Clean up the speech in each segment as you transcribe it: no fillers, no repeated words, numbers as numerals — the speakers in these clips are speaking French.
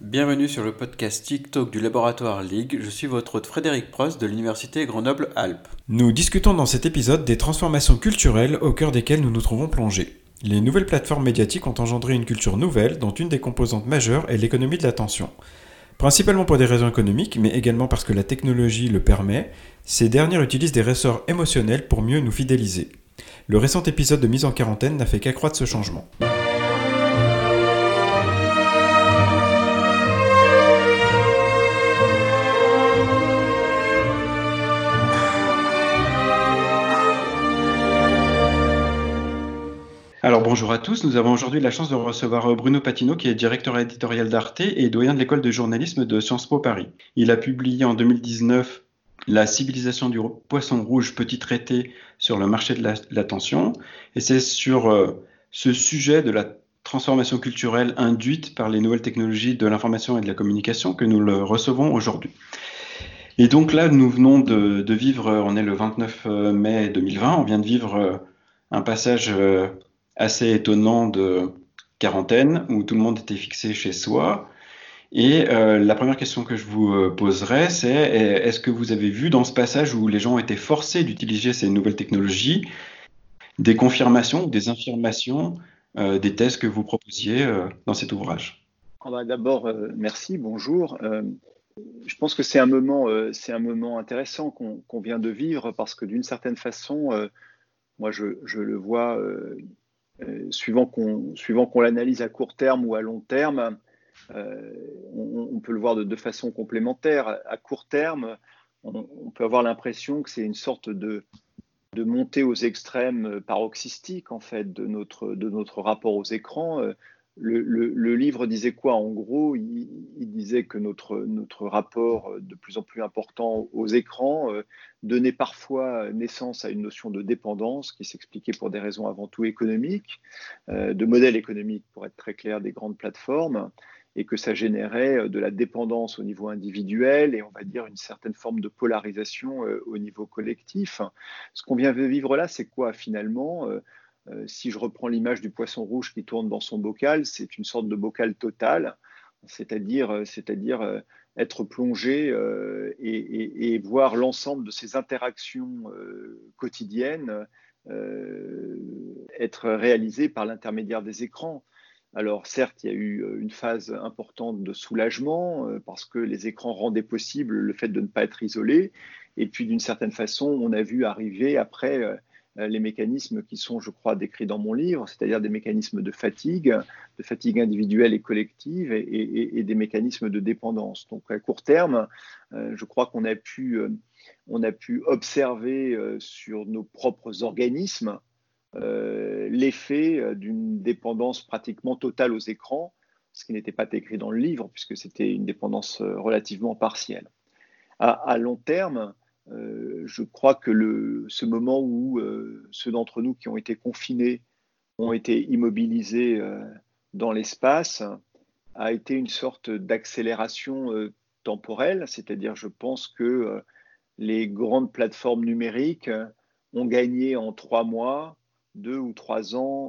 Bienvenue sur le podcast TikTok du laboratoire Ligue. Je suis votre hôte Frédéric Prost de l'université Grenoble-Alpes. Nous discutons dans cet épisode des transformations culturelles au cœur desquelles nous nous trouvons plongés. Les nouvelles plateformes médiatiques ont engendré une culture nouvelle dont une des composantes majeures est l'économie de l'attention. Principalement pour des raisons économiques, mais également parce que la technologie le permet, ces dernières utilisent des ressorts émotionnels pour mieux nous fidéliser. Le récent épisode de Mise en quarantaine n'a fait qu'accroître ce changement. Alors bonjour à tous, nous avons aujourd'hui la chance de recevoir Bruno Patino qui est directeur éditorial d'Arte et doyen de l'école de journalisme de Sciences Po Paris. Il a publié en 2019 La civilisation du poisson rouge, petit traité sur le marché de l'attention, et c'est sur ce sujet de la transformation culturelle induite par les nouvelles technologies de l'information et de la communication que nous le recevons aujourd'hui. Et donc là, nous venons de vivre, on est le 29 mai 2020, on vient de vivre un passage assez étonnant de quarantaine où tout le monde était fixé chez soi. Et la première question que je vous poserai, c'est est-ce que vous avez vu dans ce passage où les gens ont été forcés d'utiliser ces nouvelles technologies des confirmations ou des infirmations des thèses que vous proposiez dans cet ouvrage? D'abord, merci, bonjour. Je pense que c'est un moment intéressant qu'on vient de vivre parce que d'une certaine façon, moi je le vois suivant qu'on l'analyse à court terme ou à long terme, on peut le voir de façon complémentaire. À court terme, on peut avoir l'impression que c'est une sorte de montée aux extrêmes paroxystique en fait de notre rapport aux écrans. Le livre disait quoi? En gros, il disait que notre rapport de plus en plus important aux écrans donnait parfois naissance à une notion de dépendance qui s'expliquait pour des raisons avant tout économiques, de modèle économique pour être très clair des grandes plateformes, et que ça générait de la dépendance au niveau individuel et on va dire une certaine forme de polarisation au niveau collectif. Ce qu'on vient de vivre là, c'est quoi finalement? Si je reprends l'image du poisson rouge qui tourne dans son bocal, c'est une sorte de bocal total, c'est-à-dire être plongé et voir l'ensemble de ces interactions quotidiennes être réalisées par l'intermédiaire des écrans. Alors certes, il y a eu une phase importante de soulagement parce que les écrans rendaient possible le fait de ne pas être isolé. Et puis d'une certaine façon, on a vu arriver après les mécanismes qui sont, je crois, décrits dans mon livre, c'est-à-dire des mécanismes de fatigue individuelle et collective et des mécanismes de dépendance. Donc à court terme, je crois qu'on a pu observer sur nos propres organismes l'effet d'une dépendance pratiquement totale aux écrans, ce qui n'était pas écrit dans le livre, puisque c'était une dépendance relativement partielle. À long terme, je crois que ce moment où ceux d'entre nous qui ont été confinés ont été immobilisés dans l'espace a été une sorte d'accélération temporelle, c'est-à-dire je pense que les grandes plateformes numériques ont gagné en 3 mois 2 ou 3 ans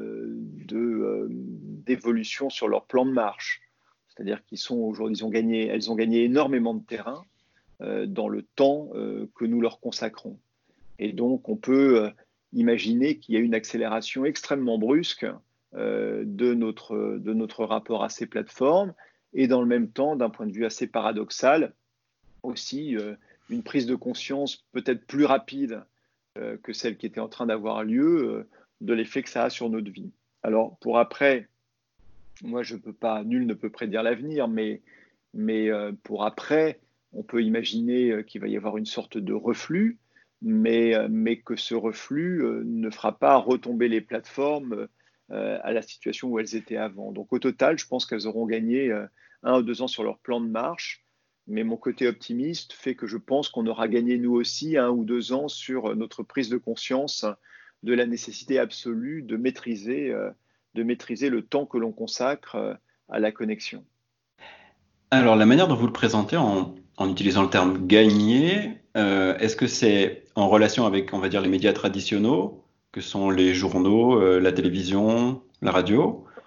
d'évolution sur leur plan de marche. C'est-à-dire qu'ils sont aujourd'hui, elles ont gagné énormément de terrain dans le temps que nous leur consacrons. Et donc, on peut imaginer qu'il y a une accélération extrêmement brusque de notre rapport à ces plateformes et dans le même temps, d'un point de vue assez paradoxal, aussi une prise de conscience peut-être plus rapide que celle qui était en train d'avoir lieu, de l'effet que ça a sur notre vie. Alors, pour après, moi, nul ne peut prédire l'avenir, mais pour après, on peut imaginer qu'il va y avoir une sorte de reflux, mais que ce reflux ne fera pas retomber les plateformes à la situation où elles étaient avant. Donc, au total, je pense qu'elles auront gagné 1 ou 2 ans sur leur plan de marche. Mais mon côté optimiste fait que je pense qu'on aura gagné nous aussi 1 ou 2 ans sur notre prise de conscience de la nécessité absolue de maîtriser le temps que l'on consacre à la connexion. Alors, la manière dont vous le présentez en utilisant le terme gagner, est-ce que c'est en relation avec, on va dire, les médias traditionnels, que sont les journaux, la télévision, la radio,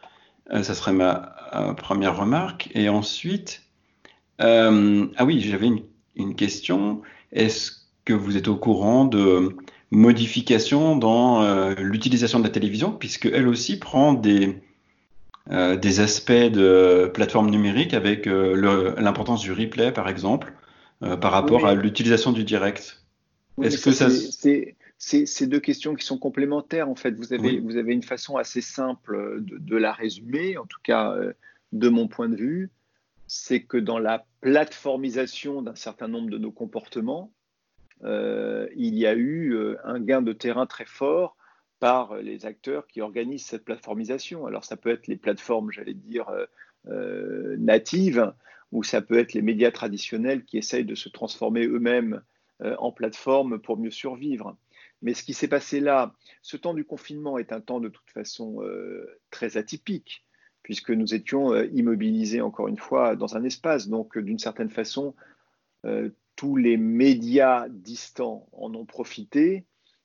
Ça serait ma première remarque. Et ensuite, ah oui, j'avais une question. Est-ce que vous êtes au courant de modifications dans l'utilisation de la télévision, puisque elle aussi prend des aspects de plateforme numérique avec l'importance du replay, par exemple, par Oui, rapport à mais, l'utilisation du direct. oui, mais Est-ce ça, que ça... c'est deux questions qui sont complémentaires. En fait, Oui, vous avez une façon assez simple de la résumer, en tout cas de mon point de vue. C'est que dans la plateformisation d'un certain nombre de nos comportements, il y a eu un gain de terrain très fort par les acteurs qui organisent cette plateformisation. Alors ça peut être les plateformes, j'allais dire, natives, ou ça peut être les médias traditionnels qui essayent de se transformer eux-mêmes en plateforme pour mieux survivre. Mais ce qui s'est passé là, ce temps du confinement est un temps de toute façon très atypique, puisque nous étions immobilisés encore une fois dans un espace. Donc d'une certaine façon, tous les médias distants en ont profité.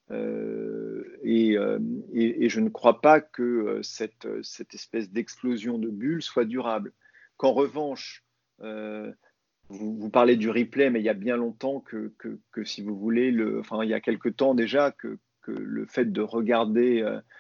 Et je ne crois pas que cette espèce d'explosion de bulles soit durable. Qu'en revanche, vous parlez du replay, mais il y a bien longtemps que si vous voulez, enfin il y a quelque temps déjà que le fait de regarder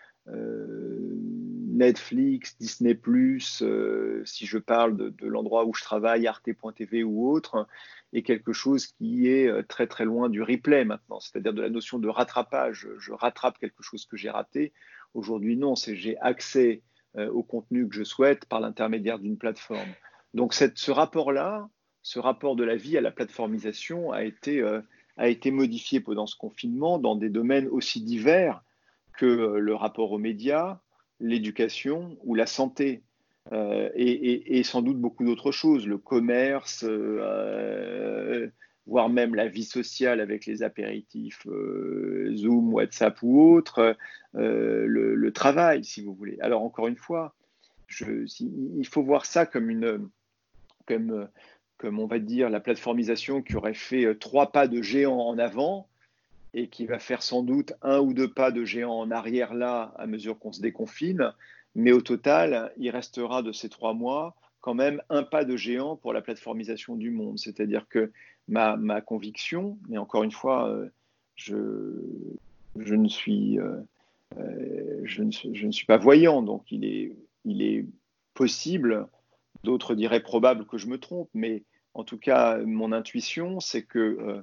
Netflix, Disney+, si je parle de l'endroit où je travaille, arte.tv ou autre, est quelque chose qui est très très loin du replay maintenant, c'est-à-dire de la notion de rattrapage. Je rattrape quelque chose que j'ai raté. Aujourd'hui, non, c'est j'ai accès au contenu que je souhaite par l'intermédiaire d'une plateforme. Donc ce rapport-là, ce rapport de la vie à la plateformisation a été modifié pendant ce confinement dans des domaines aussi divers que le rapport aux médias, l'éducation ou la santé. Et sans doute beaucoup d'autres choses, le commerce, voire même la vie sociale avec les apéritifs Zoom, WhatsApp ou autres, le travail, si vous voulez. Alors encore une fois, il faut voir ça comme, comme on va dire la plateformisation qui aurait fait 3 pas de géant en avant et qui va faire sans doute 1 ou 2 pas de géant en arrière là à mesure qu'on se déconfine. Mais au total, il restera de ces 3 mois quand même un pas de géant pour la plateformisation du monde. C'est-à-dire que ma conviction, mais encore une fois, je, je, ne suis, je ne suis pas voyant, donc il est possible, d'autres diraient probable que je me trompe, mais en tout cas, mon intuition, c'est que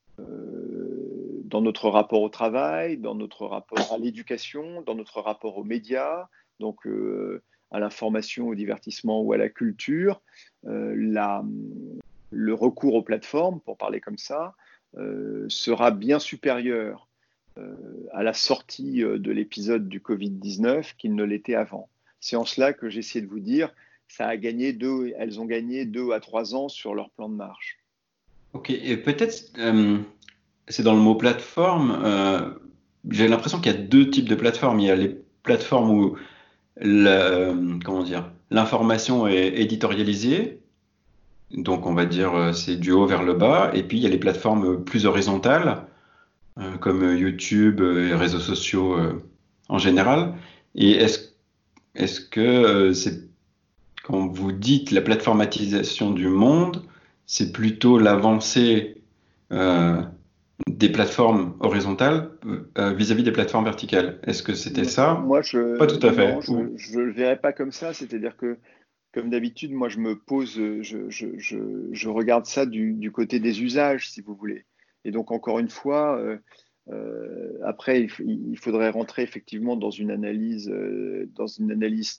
dans notre rapport au travail, dans notre rapport à l'éducation, dans notre rapport aux médias, donc à l'information, au divertissement ou à la culture, le recours aux plateformes, pour parler comme ça, sera bien supérieur à la sortie de l'épisode du Covid-19 qu'il ne l'était avant. C'est en cela que j'essaie de vous dire, elles ont gagné 2 à 3 ans sur leur plan de marche. ok. Et peut-être, c'est dans le mot plateforme, j'ai l'impression qu'il y a deux types de plateformes. Il y a les plateformes où comment dire, l'information est éditorialisée, donc on va dire c'est du haut vers le bas, et puis il y a les plateformes plus horizontales, comme YouTube et les réseaux sociaux en général. Et est-ce que c'est quand vous dites la plateformatisation du monde, c'est plutôt l'avancée euh, des plateformes horizontales vis-à-vis des plateformes verticales? Est-ce que c'était ça? Moi, Pas tout à non, fait. je ne le verrais pas comme ça. C'est-à-dire que, comme d'habitude, moi, je me pose, je regarde ça du côté des usages, si vous voulez. Et donc, encore une fois, après, il faudrait rentrer effectivement dans une analyse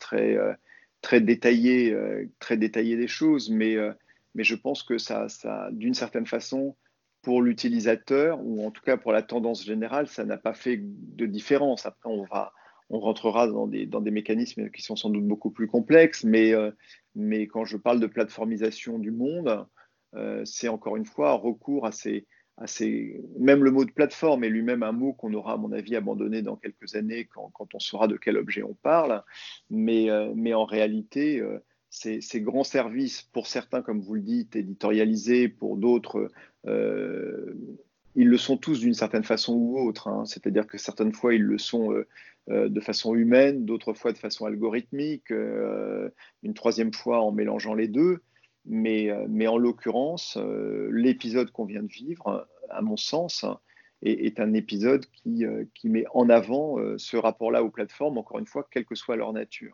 très détaillée des choses. Mais je pense que d'une certaine façon, pour l'utilisateur, ou en tout cas pour la tendance générale, ça n'a pas fait de différence. Après, on rentrera dans des mécanismes qui sont sans doute beaucoup plus complexes, mais quand je parle de plateformisation du monde, c'est encore une fois un recours même le mot de plateforme est lui-même un mot qu'on aura, à mon avis, abandonné dans quelques années quand on saura de quel objet on parle. Mais en réalité, ces grands services, pour certains, comme vous le dites, éditorialisés, pour d'autres, euh, ils le sont tous d'une certaine façon ou autre, hein. C'est-à-dire que certaines fois, ils le sont de façon humaine, d'autres fois de façon algorithmique, une troisième fois en mélangeant les deux. Mais en l'occurrence, l'épisode qu'on vient de vivre, à mon sens, est un épisode qui met en avant ce rapport-là aux plateformes, encore une fois, quelle que soit leur nature.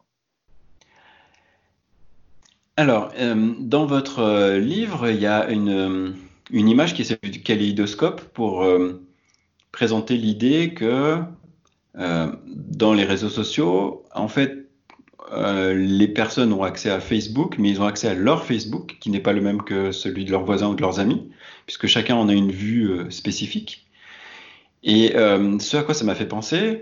Alors, dans votre livre, il y a une image qui est celle du kaléidoscope pour présenter l'idée que dans les réseaux sociaux, en fait, les personnes ont accès à Facebook, mais ils ont accès à leur Facebook, qui n'est pas le même que celui de leurs voisins ou de leurs amis, puisque chacun en a une vue spécifique. Et ce à quoi ça m'a fait penser,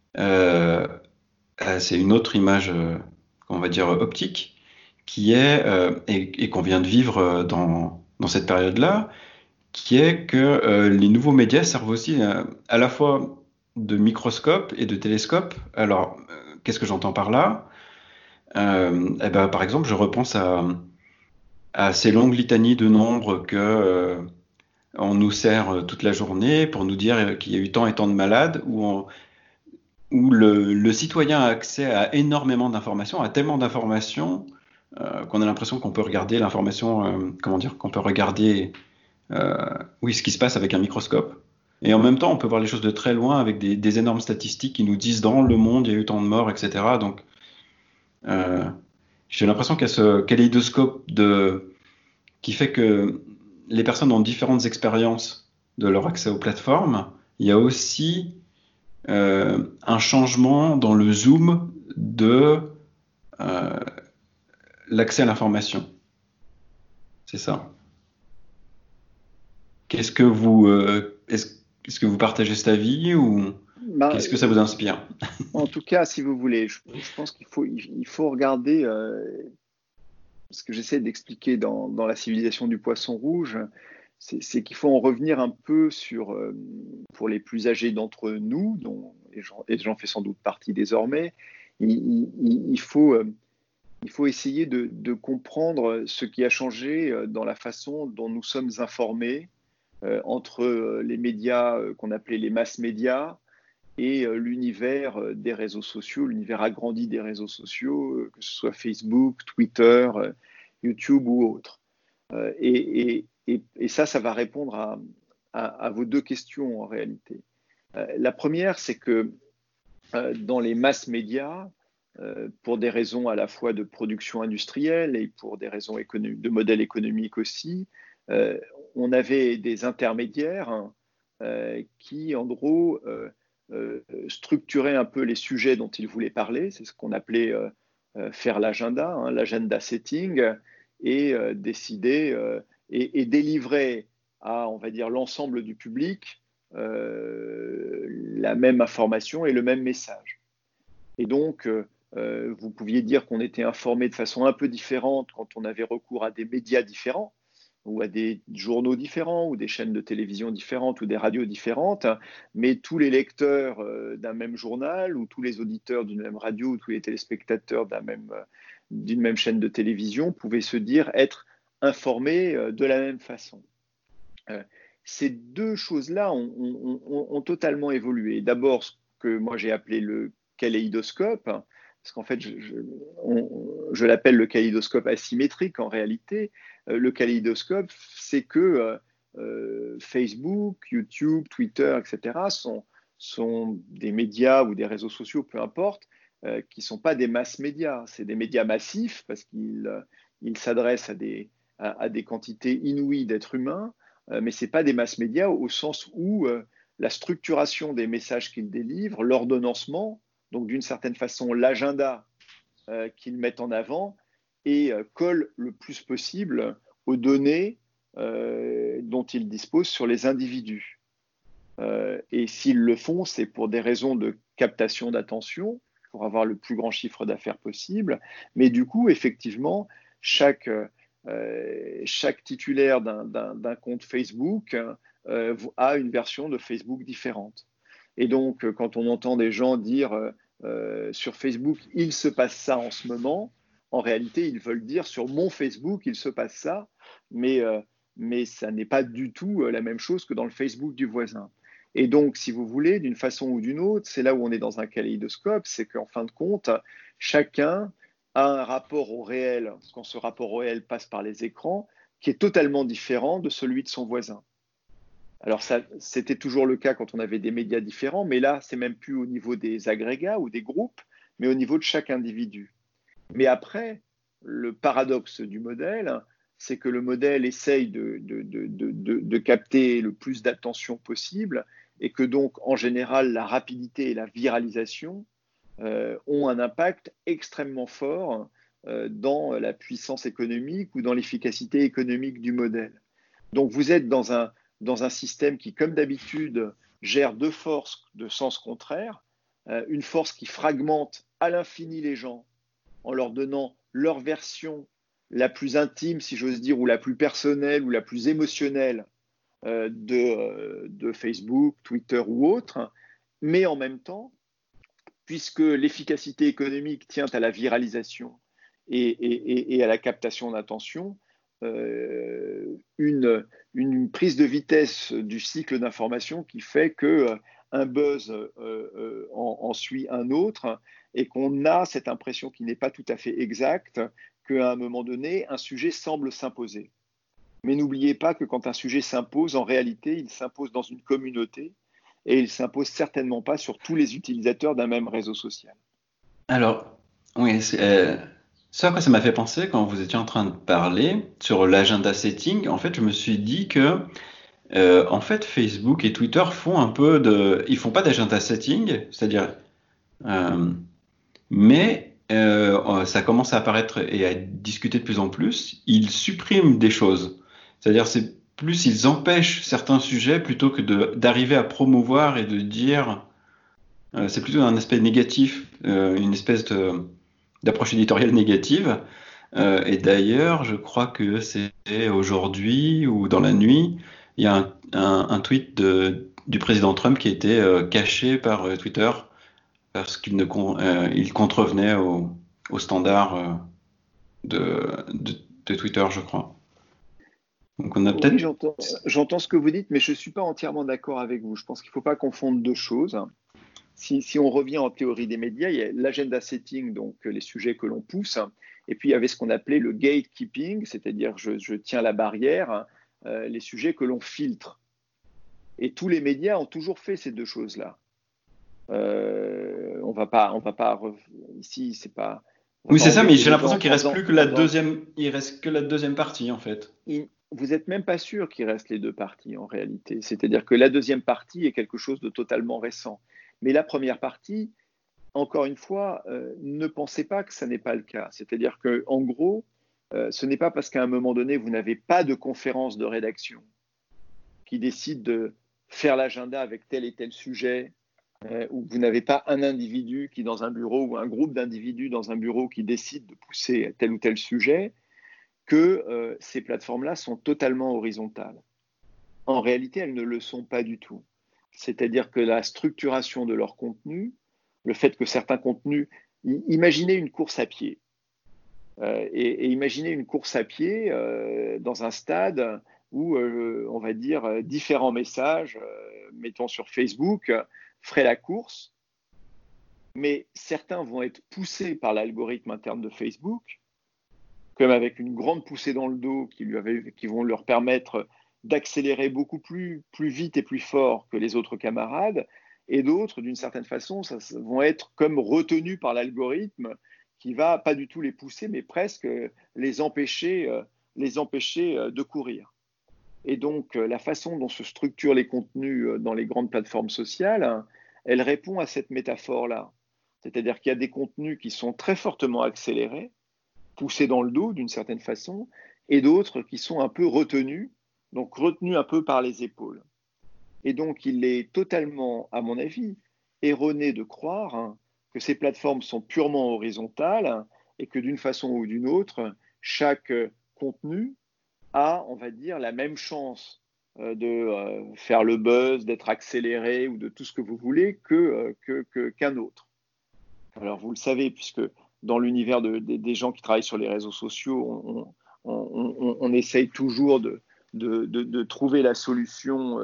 c'est une autre image, on va dire, optique, qui est, et qu'on vient de vivre dans cette période-là, qui est que les nouveaux médias servent aussi à la fois de microscope et de télescope. Alors, qu'est-ce que j'entends par là? Eh ben, par exemple, je repense à ces longues litanies de nombres que on nous sert toute la journée pour nous dire qu'il y a eu tant et tant de malades, où le citoyen a accès à énormément d'informations, à tellement d'informations qu'on a l'impression qu'on peut regarder l'information, comment dire, qu'on peut regarder oui, ce qui se passe avec un microscope. Et en même temps, on peut voir les choses de très loin avec des énormes statistiques qui nous disent dans le monde, il y a eu tant de morts, etc. Donc, j'ai l'impression qu'il y a ce kaléidoscope qui fait que les personnes ont différentes expériences de leur accès aux plateformes. Il y a aussi un changement dans le zoom de l'accès à l'information. C'est ça. Est-ce que vous partagez cet avis ou Ben, qu'est-ce que ça vous inspire? En tout cas, si vous voulez, je pense il faut regarder ce que j'essaie d'expliquer dans La civilisation du poisson rouge, c'est qu'il faut en revenir un peu sur, pour les plus âgés d'entre nous, et j'en fais sans doute partie désormais, il faut essayer de comprendre ce qui a changé dans la façon dont nous sommes informés entre les médias qu'on appelait les mass médias et l'univers des réseaux sociaux, l'univers agrandi des réseaux sociaux, que ce soit Facebook, Twitter, YouTube ou autre. Et ça va répondre à vos deux questions en réalité. La première, c'est que dans les masses médias, pour des raisons à la fois de production industrielle et pour des raisons de modèle économique aussi, on avait des intermédiaires qui, en gros, structuraient un peu les sujets dont ils voulaient parler. C'est ce qu'on appelait faire l'agenda, hein, l'agenda setting, et décider et délivrer à, on va dire, l'ensemble du public la même information et le même message. Et donc, vous pouviez dire qu'on était informé de façon un peu différente quand on avait recours à des médias différents, ou à des journaux différents, ou des chaînes de télévision différentes, ou des radios différentes, mais tous les lecteurs d'un même journal, ou tous les auditeurs d'une même radio, ou tous les téléspectateurs d'une même chaîne de télévision pouvaient se dire être informés de la même façon. Ces deux choses-là ont totalement évolué. D'abord, ce que moi j'ai appelé le kaléidoscope, parce qu'en fait, je l'appelle le kaléidoscope asymétrique en réalité. Le kaléidoscope, c'est que Facebook, YouTube, Twitter, etc., sont des médias ou des réseaux sociaux, peu importe, qui ne sont pas des masses médias. C'est des médias massifs parce qu'ils s'adressent à des quantités inouïes d'êtres humains, mais ce n'est pas des masses médias au sens où la structuration des messages qu'ils délivrent, l'ordonnancement, donc d'une certaine façon l'agenda qu'ils mettent en avant, et colle le plus possible aux données dont ils disposent sur les individus. Et s'ils le font, c'est pour des raisons de captation d'attention, pour avoir le plus grand chiffre d'affaires possible. Mais du coup, effectivement, chaque titulaire d'un compte Facebook a une version de Facebook différente. Et donc, quand on entend des gens dire sur Facebook, il se passe ça en ce moment, en réalité, ils veulent dire sur mon Facebook, il se passe ça, mais mais ça n'est pas du tout la même chose que dans le Facebook du voisin. Et donc, si vous voulez, d'une façon ou d'une autre, c'est là où on est dans un kaléidoscope, c'est qu'en fin de compte, chacun a un rapport au réel, quand ce rapport au réel passe par les écrans, qui est totalement différent de celui de son voisin. Alors, c'était toujours le cas quand on avait des médias différents, mais là, c'est même plus au niveau des agrégats ou des groupes, mais au niveau de chaque individu. Mais après, le paradoxe du modèle, c'est que le modèle essaye de capter le plus d'attention possible et que donc, en général, la rapidité et la viralisation ont un impact extrêmement fort dans la puissance économique ou dans l'efficacité économique du modèle. Donc, vous êtes dans un système qui, comme d'habitude, gère deux forces de sens contraire. Une force qui fragmente à l'infini les gens en leur donnant leur version la plus intime, si j'ose dire, ou la plus personnelle ou la plus émotionnelle de Facebook, Twitter ou autre, mais en même temps, puisque l'efficacité économique tient à la viralisation et à la captation d'attention, une prise de vitesse du cycle d'information qui fait qu'un buzz en suit un autre et qu'on a cette impression qui n'est pas tout à fait exacte qu'à un moment donné, un sujet semble s'imposer. Mais n'oubliez pas que quand un sujet s'impose, en réalité, il s'impose dans une communauté et il ne s'impose certainement pas sur tous les utilisateurs d'un même réseau social. Alors, oui, ce à quoi ça m'a fait penser quand vous étiez en train de parler sur l'agenda setting, en fait, je me suis dit que en fait, Facebook et Twitter font un peu ils font pas d'agenda setting, c'est-à-dire, mais ça commence à apparaître et à être discuté de plus en plus. Ils suppriment des choses, c'est-à-dire c'est plus ils empêchent certains sujets plutôt que d'arriver à promouvoir et de dire. C'est plutôt un aspect négatif, une espèce d'approche éditoriale négative. Et d'ailleurs, je crois que c'est aujourd'hui ou dans la nuit, il y a un tweet du président Trump qui a été caché par Twitter parce il contrevenait aux standards de Twitter, je crois. Donc on a Oui, peut-être... j'entends ce que vous dites, mais je ne suis pas entièrement d'accord avec vous. Je pense qu'il ne faut pas confondre deux choses. Si on revient en théorie des médias, il y a l'agenda setting, donc les sujets que l'on pousse, et puis il y avait ce qu'on appelait le gatekeeping, c'est-à-dire je tiens la barrière, les sujets que l'on filtre. Et tous les médias ont toujours fait ces deux choses-là. On va pas ici, c'est pas. Oui, c'est ça, mais j'ai l'impression qu'il reste plus que il reste que la deuxième partie en fait. Vous n'êtes même pas sûr qu'il reste les deux parties en réalité. C'est-à-dire que la deuxième partie est quelque chose de totalement récent. Mais la première partie, encore une fois, ne pensez pas que ça n'est pas le cas. C'est-à-dire qu'en gros, ce n'est pas parce qu'à un moment donné, vous n'avez pas de conférence de rédaction qui décide de faire l'agenda avec tel et tel sujet, ou vous n'avez pas un individu qui, dans un bureau, ou un groupe d'individus dans un bureau qui décide de pousser tel ou tel sujet, que ces plateformes-là sont totalement horizontales. En réalité, elles ne le sont pas du tout. C'est-à-dire que la structuration de leur contenu, le fait que certains contenus, imaginez une course à pied, et imaginez une course à pied dans un stade où, on va dire, différents messages, mettons sur Facebook, feraient la course, mais certains vont être poussés par l'algorithme interne de Facebook, comme avec une grande poussée dans le dos qui vont leur permettre d'accélérer beaucoup plus vite et plus fort que les autres camarades, et d'autres, d'une certaine façon, vont être comme retenus par l'algorithme qui va pas du tout les pousser, mais presque les empêcher de courir. Et donc, la façon dont se structurent les contenus dans les grandes plateformes sociales, elle répond à cette métaphore-là. C'est-à-dire qu'il y a des contenus qui sont très fortement accélérés, poussés dans le dos d'une certaine façon, et d'autres qui sont un peu retenus, donc retenus un peu par les épaules. Et donc, il est totalement, à mon avis, erroné de croire que ces plateformes sont purement horizontales et que d'une façon ou d'une autre, chaque contenu a, on va dire, la même chance de faire le buzz, d'être accéléré ou de tout ce que vous voulez qu'un autre. Alors, vous le savez, puisque dans l'univers des gens qui travaillent sur les réseaux sociaux, on essaye toujours de trouver la solution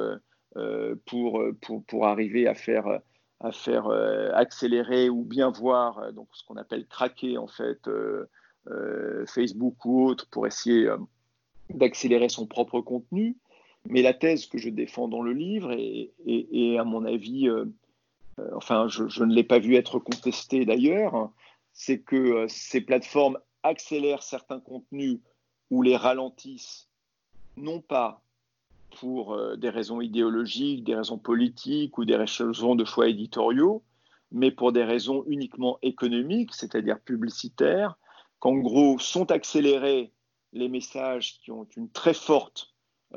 pour arriver à faire accélérer ou bien voir donc ce qu'on appelle craquer en fait Facebook ou autre pour essayer d'accélérer son propre contenu. Mais la thèse que je défends dans le livre est à mon avis, enfin je ne l'ai pas vu être contestée d'ailleurs, hein, c'est que ces plateformes accélèrent certains contenus ou les ralentissent, non pas pour des raisons idéologiques, des raisons politiques ou des raisons de choix éditoriaux, mais pour des raisons uniquement économiques, c'est-à-dire publicitaires, qu'en gros sont accélérés les messages qui ont une très forte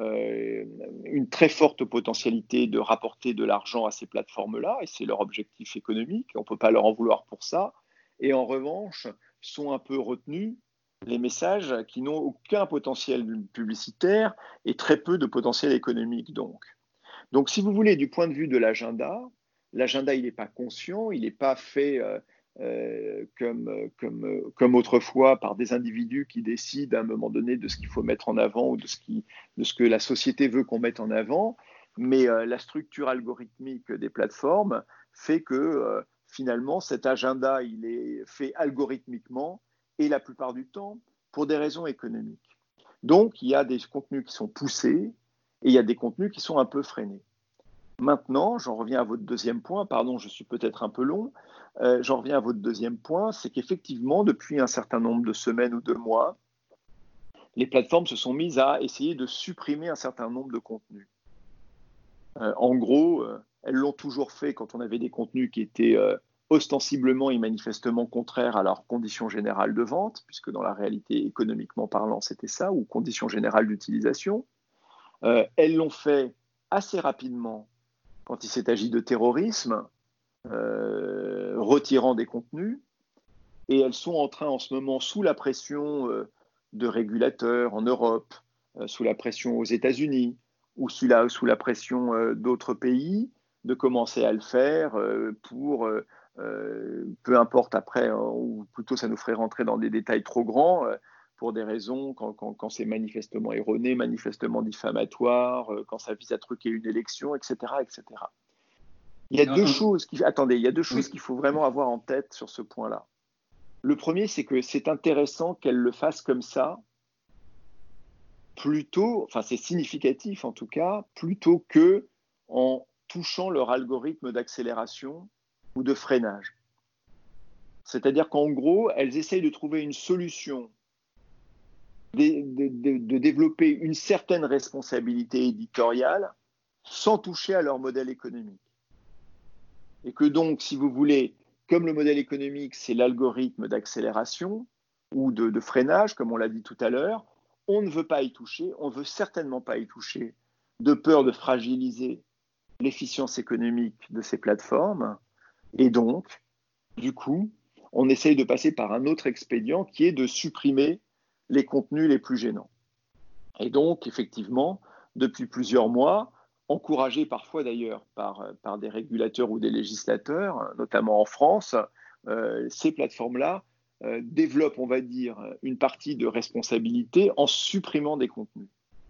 potentialité de rapporter de l'argent à ces plateformes-là, et c'est leur objectif économique, on ne peut pas leur en vouloir pour ça, et en revanche sont un peu retenus les messages qui n'ont aucun potentiel publicitaire et très peu de potentiel économique donc. Donc si vous voulez, du point de vue de l'agenda, il n'est pas conscient, il n'est pas fait comme autrefois par des individus qui décident à un moment donné de ce qu'il faut mettre en avant ou de ce que la société veut qu'on mette en avant, mais la structure algorithmique des plateformes fait que finalement cet agenda il est fait algorithmiquement et la plupart du temps pour des raisons économiques. Donc il y a des contenus qui sont poussés et il y a des contenus qui sont un peu freinés. Maintenant, j'en reviens à votre deuxième point, pardon, je suis peut-être un peu long, j'en reviens à votre deuxième point, c'est qu'effectivement, depuis un certain nombre de semaines ou de mois, les plateformes se sont mises à essayer de supprimer un certain nombre de contenus. En gros, elles l'ont toujours fait quand on avait des contenus qui étaient ostensiblement et manifestement contraires à leurs conditions générales de vente, puisque dans la réalité, économiquement parlant, c'était ça, ou conditions générales d'utilisation. Elles l'ont fait assez rapidement quand il s'est agi de terrorisme, retirant des contenus, et elles sont en train en ce moment, sous la pression de régulateurs en Europe, sous la pression aux États-Unis, ou sous la pression d'autres pays, de commencer à le faire pour, peu importe après, ou plutôt ça nous ferait rentrer dans des détails trop grands, pour des raisons, quand c'est manifestement erroné, manifestement diffamatoire, quand ça vise à truquer une élection, etc. etc. Il y a deux choses qu'il faut vraiment avoir en tête sur ce point-là. Le premier, c'est que c'est intéressant qu'elle le fasse comme ça, plutôt, enfin c'est significatif en tout cas, plutôt que en touchant leur algorithme d'accélération ou de freinage. C'est-à-dire qu'en gros, elles essayent de trouver une solution, de développer une certaine responsabilité éditoriale sans toucher à leur modèle économique. Et que donc, si vous voulez, comme le modèle économique, c'est l'algorithme d'accélération ou de freinage, comme on l'a dit tout à l'heure, on ne veut pas y toucher, on ne veut certainement pas y toucher, de peur de fragiliser l'efficience économique de ces plateformes. Et donc, du coup, on essaye de passer par un autre expédient qui est de supprimer les contenus les plus gênants. Et donc, effectivement, depuis plusieurs mois, encouragés parfois d'ailleurs par des régulateurs ou des législateurs, notamment en France, ces plateformes-là développent, on va dire, une partie de responsabilité en supprimant des contenus.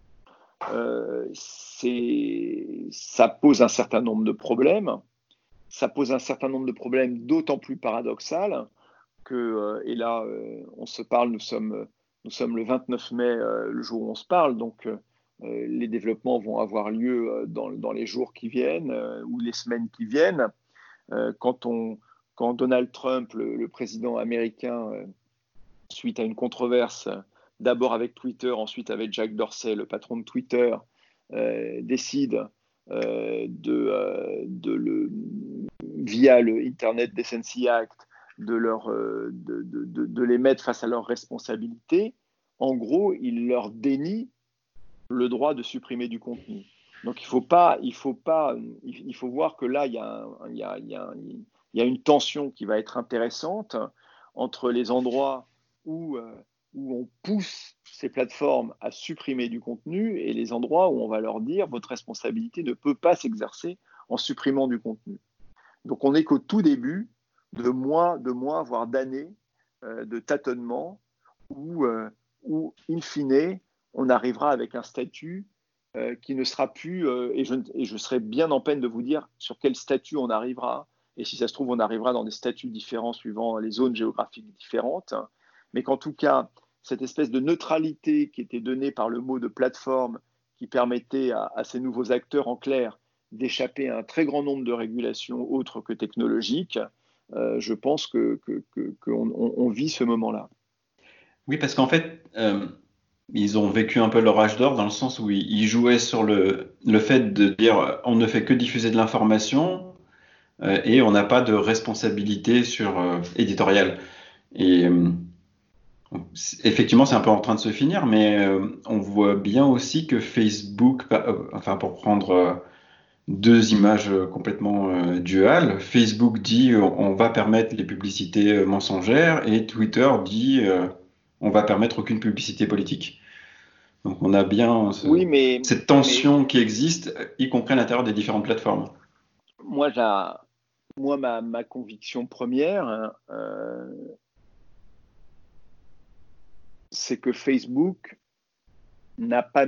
Ça pose un certain nombre de problèmes. Ça pose un certain nombre de problèmes d'autant plus paradoxal que, et là, on se parle, nous sommes le 29 mai, le jour où on se parle, donc les développements vont avoir lieu dans les jours qui viennent ou les semaines qui viennent. Quand Donald Trump, le président américain, suite à une controverse, d'abord avec Twitter, ensuite avec Jack Dorsey, le patron de Twitter, décide via le Internet Decency Act, de les mettre face à leurs responsabilités. En gros, il leur dénie le droit de supprimer du contenu. Donc il faut voir que là, il y a une tension qui va être intéressante entre les endroits où on pousse ces plateformes à supprimer du contenu et les endroits où on va leur dire votre responsabilité ne peut pas s'exercer en supprimant du contenu. Donc on n'est qu'au tout début de mois, voire d'années de tâtonnement où, in fine, on arrivera avec un statut qui ne sera plus, et je serai bien en peine de vous dire sur quel statut on arrivera, et si ça se trouve, on arrivera dans des statuts différents suivant les zones géographiques différentes, mais qu'en tout cas, cette espèce de neutralité qui était donnée par le mot de plateforme, qui permettait à ces nouveaux acteurs, en clair, d'échapper à un très grand nombre de régulations autres que technologiques, je pense qu'on vit ce moment-là. Oui, parce qu'en fait, ils ont vécu un peu leur âge d'or dans le sens où ils jouaient sur le fait de dire on ne fait que diffuser de l'information et on n'a pas de responsabilité éditoriale. Et effectivement, c'est un peu en train de se finir, mais on voit bien aussi que Facebook, enfin pour prendre deux images complètement duales, Facebook dit on va permettre les publicités mensongères et Twitter dit on va permettre aucune publicité politique. Donc on a bien cette tension qui existe, y compris à l'intérieur des différentes plateformes. Moi, ma conviction première, c'est que Facebook n'a pas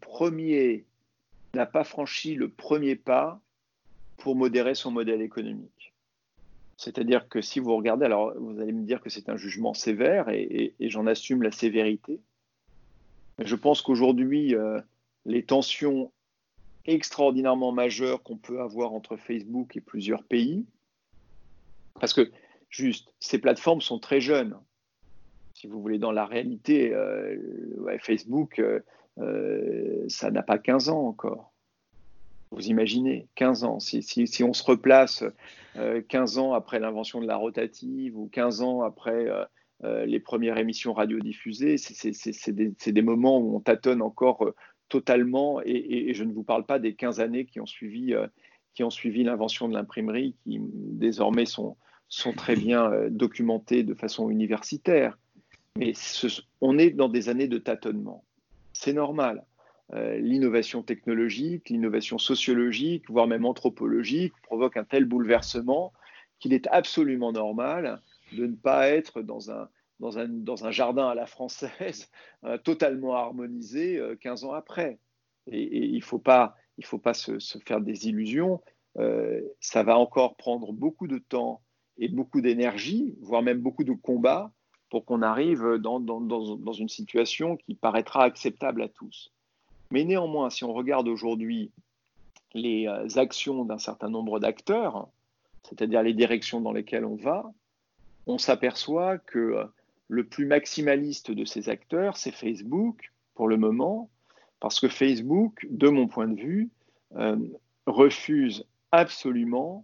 franchi le premier pas pour modérer son modèle économique. C'est-à-dire que si vous regardez, alors vous allez me dire que c'est un jugement sévère et j'en assume la sévérité. Je pense qu'aujourd'hui, les tensions extraordinairement majeures qu'on peut avoir entre Facebook et plusieurs pays, parce que juste, ces plateformes sont très jeunes. Si vous voulez, dans la réalité, Facebook, ça n'a pas 15 ans encore. Vous imaginez, 15 ans. Si on se replace 15 ans après l'invention de la rotative ou 15 ans après les premières émissions radiodiffusées, c'est des moments où on tâtonne encore totalement, et je ne vous parle pas des 15 années qui ont suivi l'invention de l'imprimerie, qui désormais sont très bien documentées de façon universitaire. Mais on est dans des années de tâtonnement. C'est normal. L'innovation technologique, l'innovation sociologique, voire même anthropologique, provoque un tel bouleversement qu'il est absolument normal de ne pas être dans un jardin à la française totalement harmonisé 15 ans après. Et il ne faut pas se faire des illusions. Ça va encore prendre beaucoup de temps et beaucoup d'énergie, voire même beaucoup de combats, pour qu'on arrive dans une situation qui paraîtra acceptable à tous. Mais néanmoins, si on regarde aujourd'hui les actions d'un certain nombre d'acteurs, c'est-à-dire les directions dans lesquelles on va, on s'aperçoit que le plus maximaliste de ces acteurs, c'est Facebook, pour le moment, parce que Facebook, de mon point de vue, refuse absolument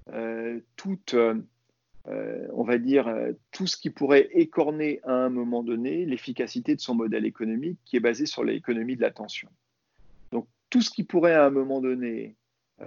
tout ce qui pourrait écorner à un moment donné l'efficacité de son modèle économique qui est basé sur l'économie de l'attention. Donc tout ce qui pourrait à un moment donné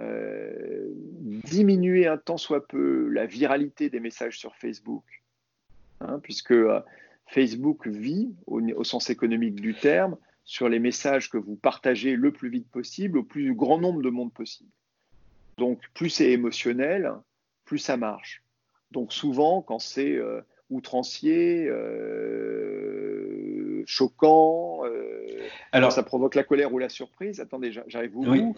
diminuer un tant soit peu la viralité des messages sur Facebook, puisque Facebook vit, au sens économique du terme, sur les messages que vous partagez le plus vite possible au plus grand nombre de monde possible. Donc plus c'est émotionnel, plus ça marche. Donc souvent, quand c'est outrancier, choquant, quand ça provoque la colère ou la surprise, attendez, j'arrive au bout,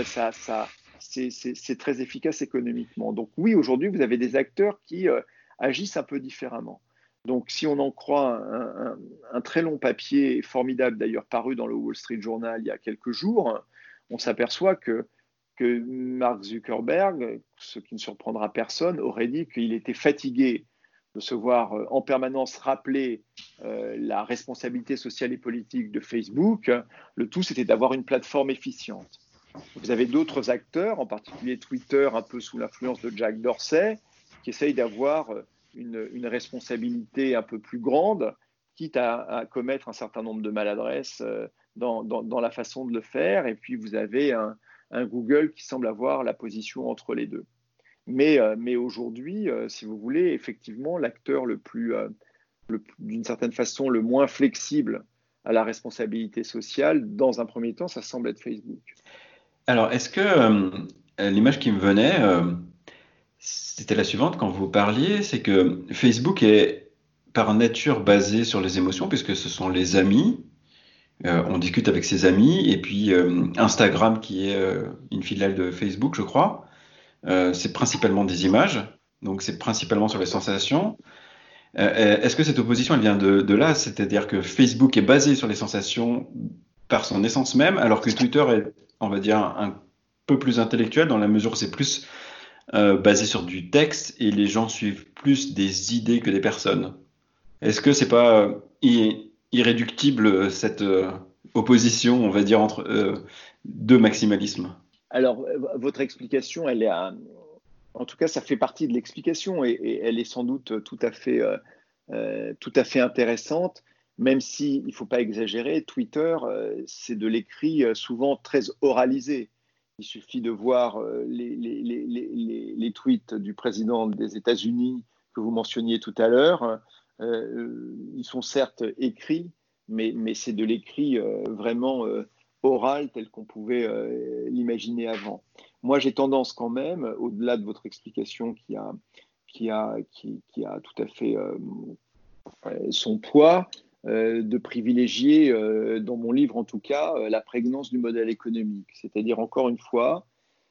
c'est très efficace économiquement. Donc oui, aujourd'hui, vous avez des acteurs qui agissent un peu différemment. Donc si on en croit un très long papier, formidable d'ailleurs, paru dans le Wall Street Journal il y a quelques jours, on s'aperçoit que Mark Zuckerberg, ce qui ne surprendra personne, aurait dit qu'il était fatigué de se voir en permanence rappeler la responsabilité sociale et politique de Facebook. Le tout, c'était d'avoir une plateforme efficiente. Vous avez d'autres acteurs, en particulier Twitter, un peu sous l'influence de Jack Dorsey, qui essayent d'avoir une responsabilité un peu plus grande, quitte à commettre un certain nombre de maladresses dans la façon de le faire. Et puis, vous avez un Google qui semble avoir la position entre les deux. Mais aujourd'hui, si vous voulez, effectivement, l'acteur d'une certaine façon, le moins flexible à la responsabilité sociale, dans un premier temps, ça semble être Facebook. Alors, est-ce que l'image qui me venait, c'était la suivante quand vous parliez, c'est que Facebook est par nature basé sur les émotions, puisque ce sont les amis, On discute avec ses amis, et puis Instagram, qui est une filiale de Facebook, je crois, c'est principalement des images, donc c'est principalement sur les sensations. Est-ce que cette opposition, elle vient de là, c'est-à-dire que Facebook est basé sur les sensations par son essence même, alors que Twitter est, on va dire, un peu plus intellectuel, dans la mesure où c'est plus basé sur du texte, et les gens suivent plus des idées que des personnes? Est-ce que c'est pas irréductible, cette opposition, on va dire, entre deux maximalismes? Alors, votre explication, en tout cas, ça fait partie de l'explication et elle est sans doute tout à fait intéressante, même si il ne faut pas exagérer. Twitter, c'est de l'écrit souvent très oralisé. Il suffit de voir les tweets du président des États-Unis que vous mentionniez tout à l'heure. Ils sont certes écrits, mais c'est de l'écrit vraiment oral tel qu'on pouvait l'imaginer avant. Moi, j'ai tendance quand même, au-delà de votre explication qui a tout à fait son poids, de privilégier, dans mon livre en tout cas, la prégnance du modèle économique. C'est-à-dire, encore une fois,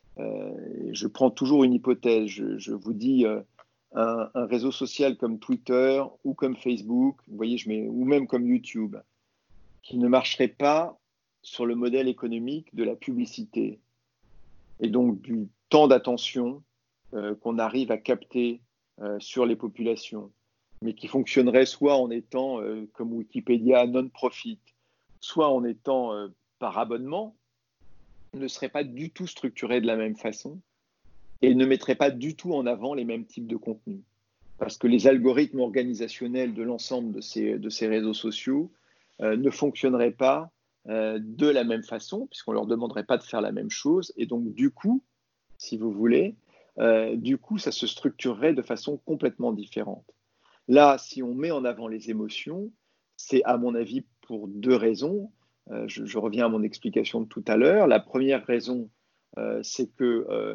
je prends toujours une hypothèse. Je vous dis, un réseau social comme Twitter ou comme Facebook, vous voyez, ou même comme YouTube, qui ne marcherait pas sur le modèle économique de la publicité et donc du temps d'attention qu'on arrive à capter sur les populations, mais qui fonctionnerait soit en étant, comme Wikipédia, non-profit, soit en étant par abonnement, ne serait pas du tout structuré de la même façon et ne mettrait pas du tout en avant les mêmes types de contenus. Parce que les algorithmes organisationnels de l'ensemble de ces réseaux sociaux ne fonctionneraient pas de la même façon, puisqu'on ne leur demanderait pas de faire la même chose. Et donc, du coup, si vous voulez, ça se structurerait de façon complètement différente. Là, si on met en avant les émotions, c'est à mon avis pour deux raisons. Je reviens à mon explication de tout à l'heure. La première raison, c'est que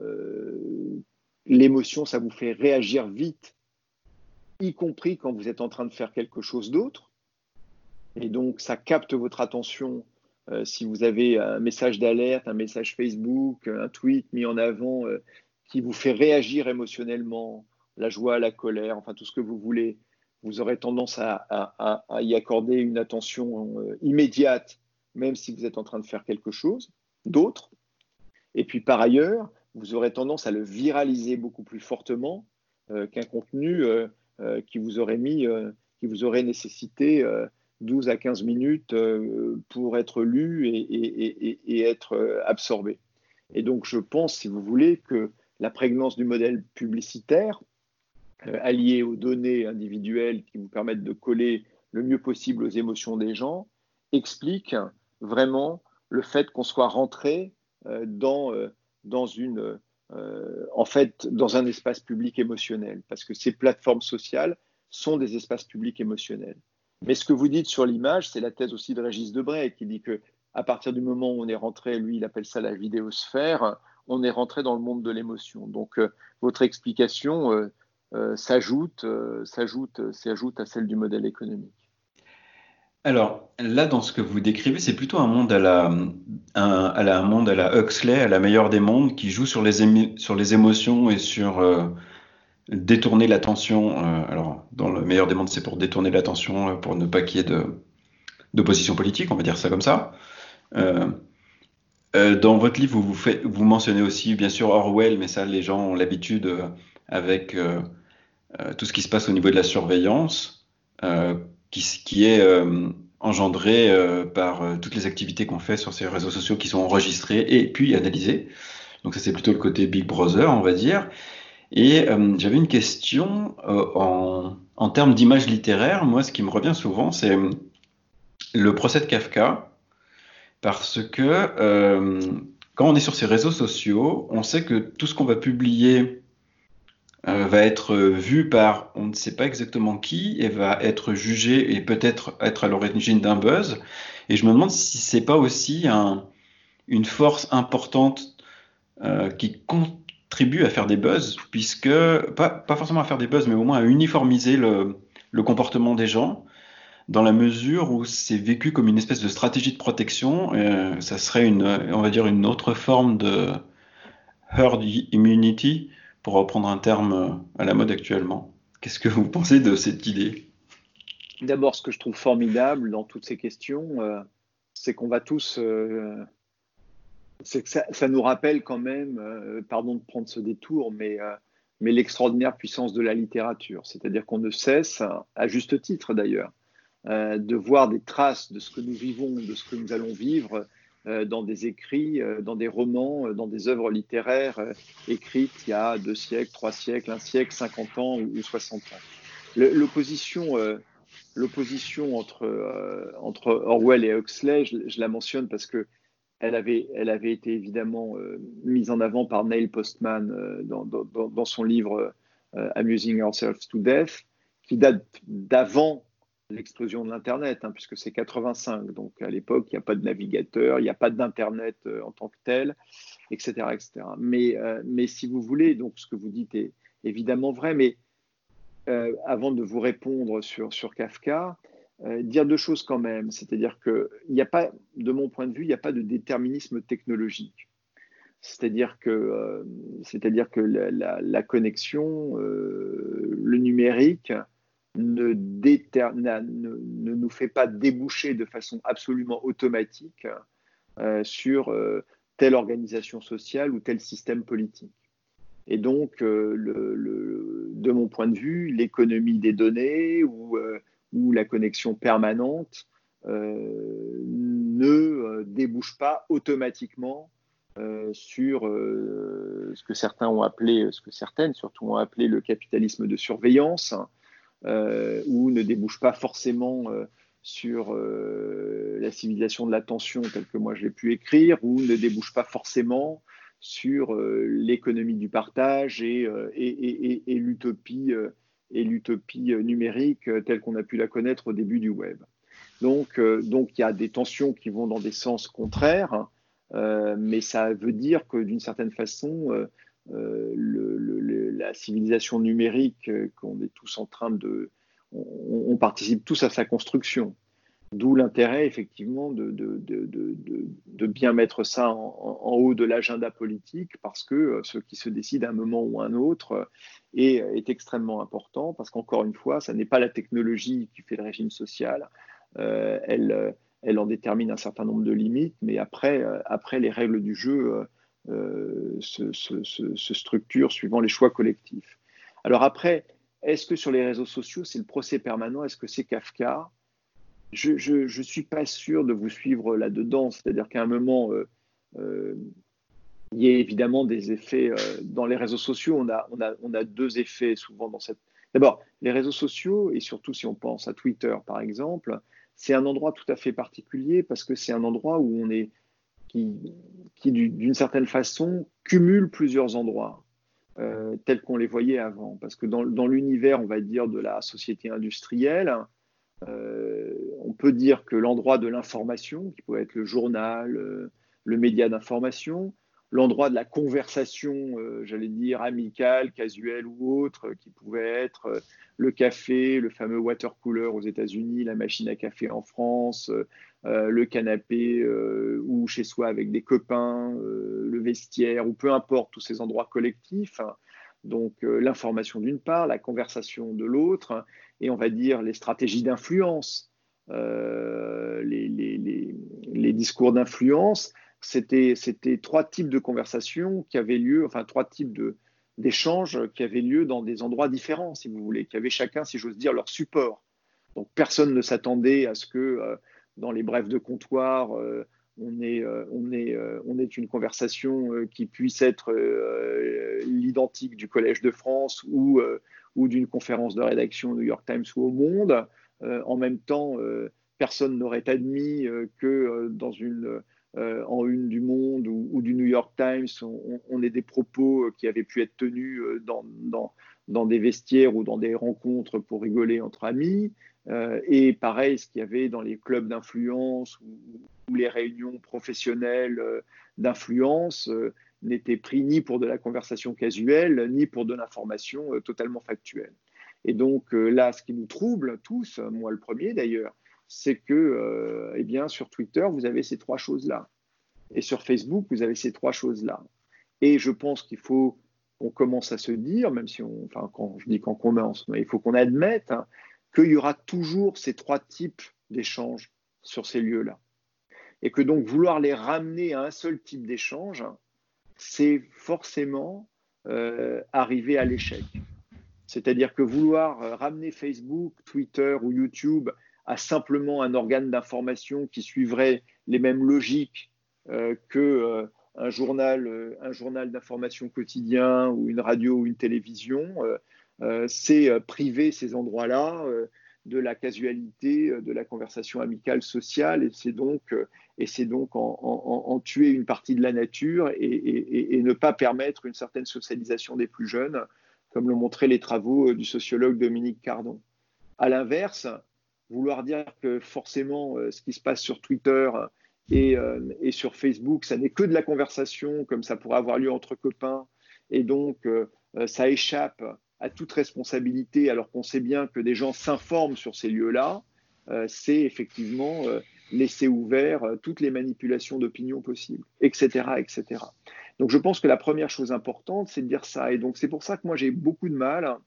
l'émotion, ça vous fait réagir vite, y compris quand vous êtes en train de faire quelque chose d'autre. Et donc, ça capte votre attention. Si vous avez un message d'alerte, un message Facebook, un tweet mis en avant qui vous fait réagir émotionnellement, la joie, la colère, enfin tout ce que vous voulez, vous aurez tendance à y accorder une attention immédiate, même si vous êtes en train de faire quelque chose d'autre. Et puis par ailleurs, vous aurez tendance à le viraliser beaucoup plus fortement qu'un contenu qui vous aurait nécessité 12 à 15 minutes pour être lu et être absorbé. Et donc je pense, si vous voulez, que la prégnance du modèle publicitaire, alliée aux données individuelles qui vous permettent de coller le mieux possible aux émotions des gens, explique vraiment le fait qu'on soit rentré dans un espace public émotionnel, parce que ces plateformes sociales sont des espaces publics émotionnels. Mais ce que vous dites sur l'image, c'est la thèse aussi de Régis Debray, qui dit que à partir du moment où on est rentré, lui, il appelle ça la vidéosphère, on est rentré dans le monde de l'émotion. Donc, votre explication s'ajoute à celle du modèle économique. Alors, là, dans ce que vous décrivez, c'est plutôt un monde un monde à la Huxley, à la meilleure des mondes, qui joue sur les émotions et sur détourner l'attention. Alors, dans le meilleur des mondes, c'est pour détourner l'attention, pour ne pas qu'il y ait d'opposition politique, on va dire ça comme ça. Dans votre livre, vous mentionnez aussi, bien sûr, Orwell, mais ça, les gens ont l'habitude avec tout ce qui se passe au niveau de la surveillance, qui est engendré par toutes les activités qu'on fait sur ces réseaux sociaux qui sont enregistrés et puis analysés. Donc ça, c'est plutôt le côté Big Brother, on va dire. Et j'avais une question en termes d'image littéraire. Moi, ce qui me revient souvent, c'est le procès de Kafka, parce que quand on est sur ces réseaux sociaux, on sait que tout ce qu'on va publier va être vu par on ne sait pas exactement qui et va être jugé et peut-être être à l'origine d'un buzz. Et je me demande si c'est pas aussi une force importante qui contribue à faire des buzz, puisque pas forcément à faire des buzz, mais au moins à uniformiser le comportement des gens, dans la mesure où c'est vécu comme une espèce de stratégie de protection. Ça serait on va dire une autre forme de herd immunity, pour reprendre un terme à la mode actuellement. Qu'est-ce que vous pensez de cette idée? D'abord, ce que je trouve formidable dans toutes ces questions, c'est qu'on va tous, c'est que ça nous rappelle quand même, pardon de prendre ce détour, mais l'extraordinaire puissance de la littérature. C'est-à-dire qu'on ne cesse, à juste titre d'ailleurs, de voir des traces de ce que nous vivons, de ce que nous allons vivre dans des écrits, dans des romans, dans des œuvres littéraires écrites il y a 2 siècles, 3 siècles, 1 siècle, 50 ans ou 60 ans. L'opposition entre Orwell et Huxley, je la mentionne parce que elle avait été évidemment mise en avant par Neil Postman dans son livre Amusing Ourselves to Death, qui date d'avant l'explosion de l'Internet, hein, puisque c'est 85. Donc à l'époque, il n'y a pas de navigateur, il n'y a pas d'Internet en tant que tel, etc. etc. Mais si vous voulez, donc ce que vous dites est évidemment vrai, mais avant de vous répondre sur Kafka, dire deux choses quand même. C'est-à-dire qu'il n'y a pas, de mon point de vue, il n'y a pas de déterminisme technologique. C'est-à-dire que la connexion, le numérique, ne nous fait pas déboucher de façon absolument automatique sur telle organisation sociale ou tel système politique. Et donc, de mon point de vue, l'économie des données ou la connexion permanente ne débouche pas automatiquement sur ce que certains ont appelé, ce que certaines surtout ont appelé le capitalisme de surveillance, ou ne débouche pas forcément sur la civilisation de l'attention telle que moi je l'ai pu écrire, ou ne débouche pas forcément sur l'économie du partage et l'utopie numérique telle qu'on a pu la connaître au début du web. Donc il y a des tensions qui vont dans des sens contraires, mais ça veut dire que d'une certaine façon, la civilisation numérique qu'on est tous en train on participe tous à sa construction. D'où l'intérêt, effectivement, de bien mettre ça en haut de l'agenda politique, parce que ce qui se décide à un moment ou à un autre est extrêmement important, parce qu'encore une fois, ça n'est pas la technologie qui fait le régime social. Elle en détermine un certain nombre de limites, mais après les règles du jeu se structurent suivant les choix collectifs. Alors après, est-ce que sur les réseaux sociaux, c'est le procès permanent? Est-ce que c'est Kafka? Je ne suis pas sûr de vous suivre là-dedans. C'est-à-dire qu'à un moment, il y a évidemment des effets. Dans les réseaux sociaux, on a deux effets souvent dans cette. D'abord, les réseaux sociaux, et surtout si on pense à Twitter par exemple, c'est un endroit tout à fait particulier parce que c'est un endroit où on est qui d'une certaine façon, cumule plusieurs endroits tels qu'on les voyait avant. Parce que dans l'univers, on va dire, de la société industrielle, on peut dire que l'endroit de l'information, qui peut être le journal, le média d'information, l'endroit de la conversation, j'allais dire, amicale, casuelle ou autre, qui pouvait être le café, le fameux water cooler aux États-Unis, la machine à café en France, le canapé ou chez soi avec des copains, le vestiaire, ou peu importe, tous ces endroits collectifs. Donc l'information d'une part, la conversation de l'autre, et on va dire les stratégies d'influence, les discours d'influence. C'était trois types de conversations qui avaient lieu, enfin trois types d'échanges qui avaient lieu dans des endroits différents, si vous voulez, qui avaient chacun, si j'ose dire, leur support. Donc personne ne s'attendait à ce que dans les brefs de comptoir, on ait une conversation qui puisse être l'identique du Collège de France ou d'une conférence de rédaction au New York Times ou au Monde. En même temps, personne n'aurait admis que en une du Monde ou du New York Times, on ait des propos qui avaient pu être tenus dans des vestiaires ou dans des rencontres pour rigoler entre amis. Et pareil, ce qu'il y avait dans les clubs d'influence ou les réunions professionnelles d'influence n'était pris ni pour de la conversation casuelle, ni pour de l'information totalement factuelle. Et donc là, ce qui nous trouble tous, moi le premier d'ailleurs, c'est que sur Twitter, vous avez ces trois choses-là. Et sur Facebook, vous avez ces trois choses-là. Et je pense qu'il faut qu'on commence à se dire, même si quand je dis qu'on commence, mais il faut qu'on admette qu'il y aura toujours ces trois types d'échanges sur ces lieux-là. Et que donc vouloir les ramener à un seul type d'échange, c'est forcément arriver à l'échec. C'est-à-dire que vouloir ramener Facebook, Twitter ou YouTube à simplement un organe d'information qui suivrait les mêmes logiques qu'un journal d'information quotidien ou une radio ou une télévision, c'est priver ces endroits-là de la casualité, de la conversation amicale, sociale, et c'est donc en tuer une partie de la nature et ne pas permettre une certaine socialisation des plus jeunes, comme l'ont montré les travaux du sociologue Dominique Cardon. À l'inverse, vouloir dire que forcément ce qui se passe sur Twitter et sur Facebook, ça n'est que de la conversation, comme ça pourrait avoir lieu entre copains, et donc ça échappe à toute responsabilité, alors qu'on sait bien que des gens s'informent sur ces lieux-là, c'est effectivement laisser ouvert toutes les manipulations d'opinion possibles, etc., etc. Donc je pense que la première chose importante, c'est de dire ça. Et donc c'est pour ça que moi j'ai beaucoup de mal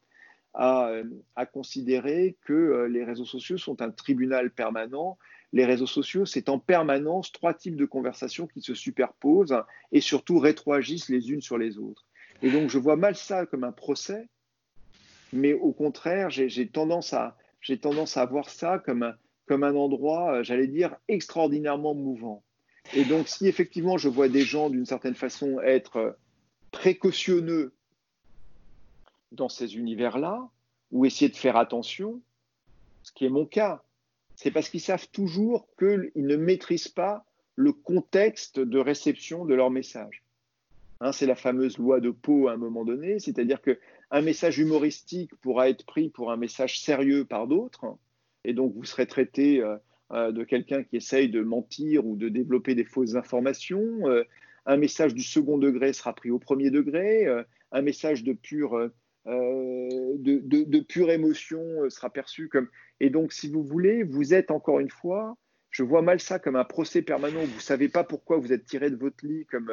à considérer que les réseaux sociaux sont un tribunal permanent. Les réseaux sociaux, c'est en permanence trois types de conversations qui se superposent et surtout rétroagissent les unes sur les autres. Et donc je vois mal ça comme un procès, mais au contraire, j'ai tendance à voir ça comme un endroit, j'allais dire, extraordinairement mouvant. Et donc, si effectivement je vois des gens, d'une certaine façon, être précautionneux dans ces univers-là, ou essayer de faire attention, ce qui est mon cas, c'est parce qu'ils savent toujours qu'ils ne maîtrisent pas le contexte de réception de leur message. C'est la fameuse loi de Poe à un moment donné, c'est-à-dire qu'un message humoristique pourra être pris pour un message sérieux par d'autres, et donc vous serez traité de quelqu'un qui essaye de mentir ou de développer des fausses informations. Un message du second degré sera pris au premier degré. Un message de pure émotion sera perçu comme… Et donc, si vous voulez, vous êtes encore une fois… Je vois mal ça comme un procès permanent où vous ne savez pas pourquoi vous êtes tiré de votre lit comme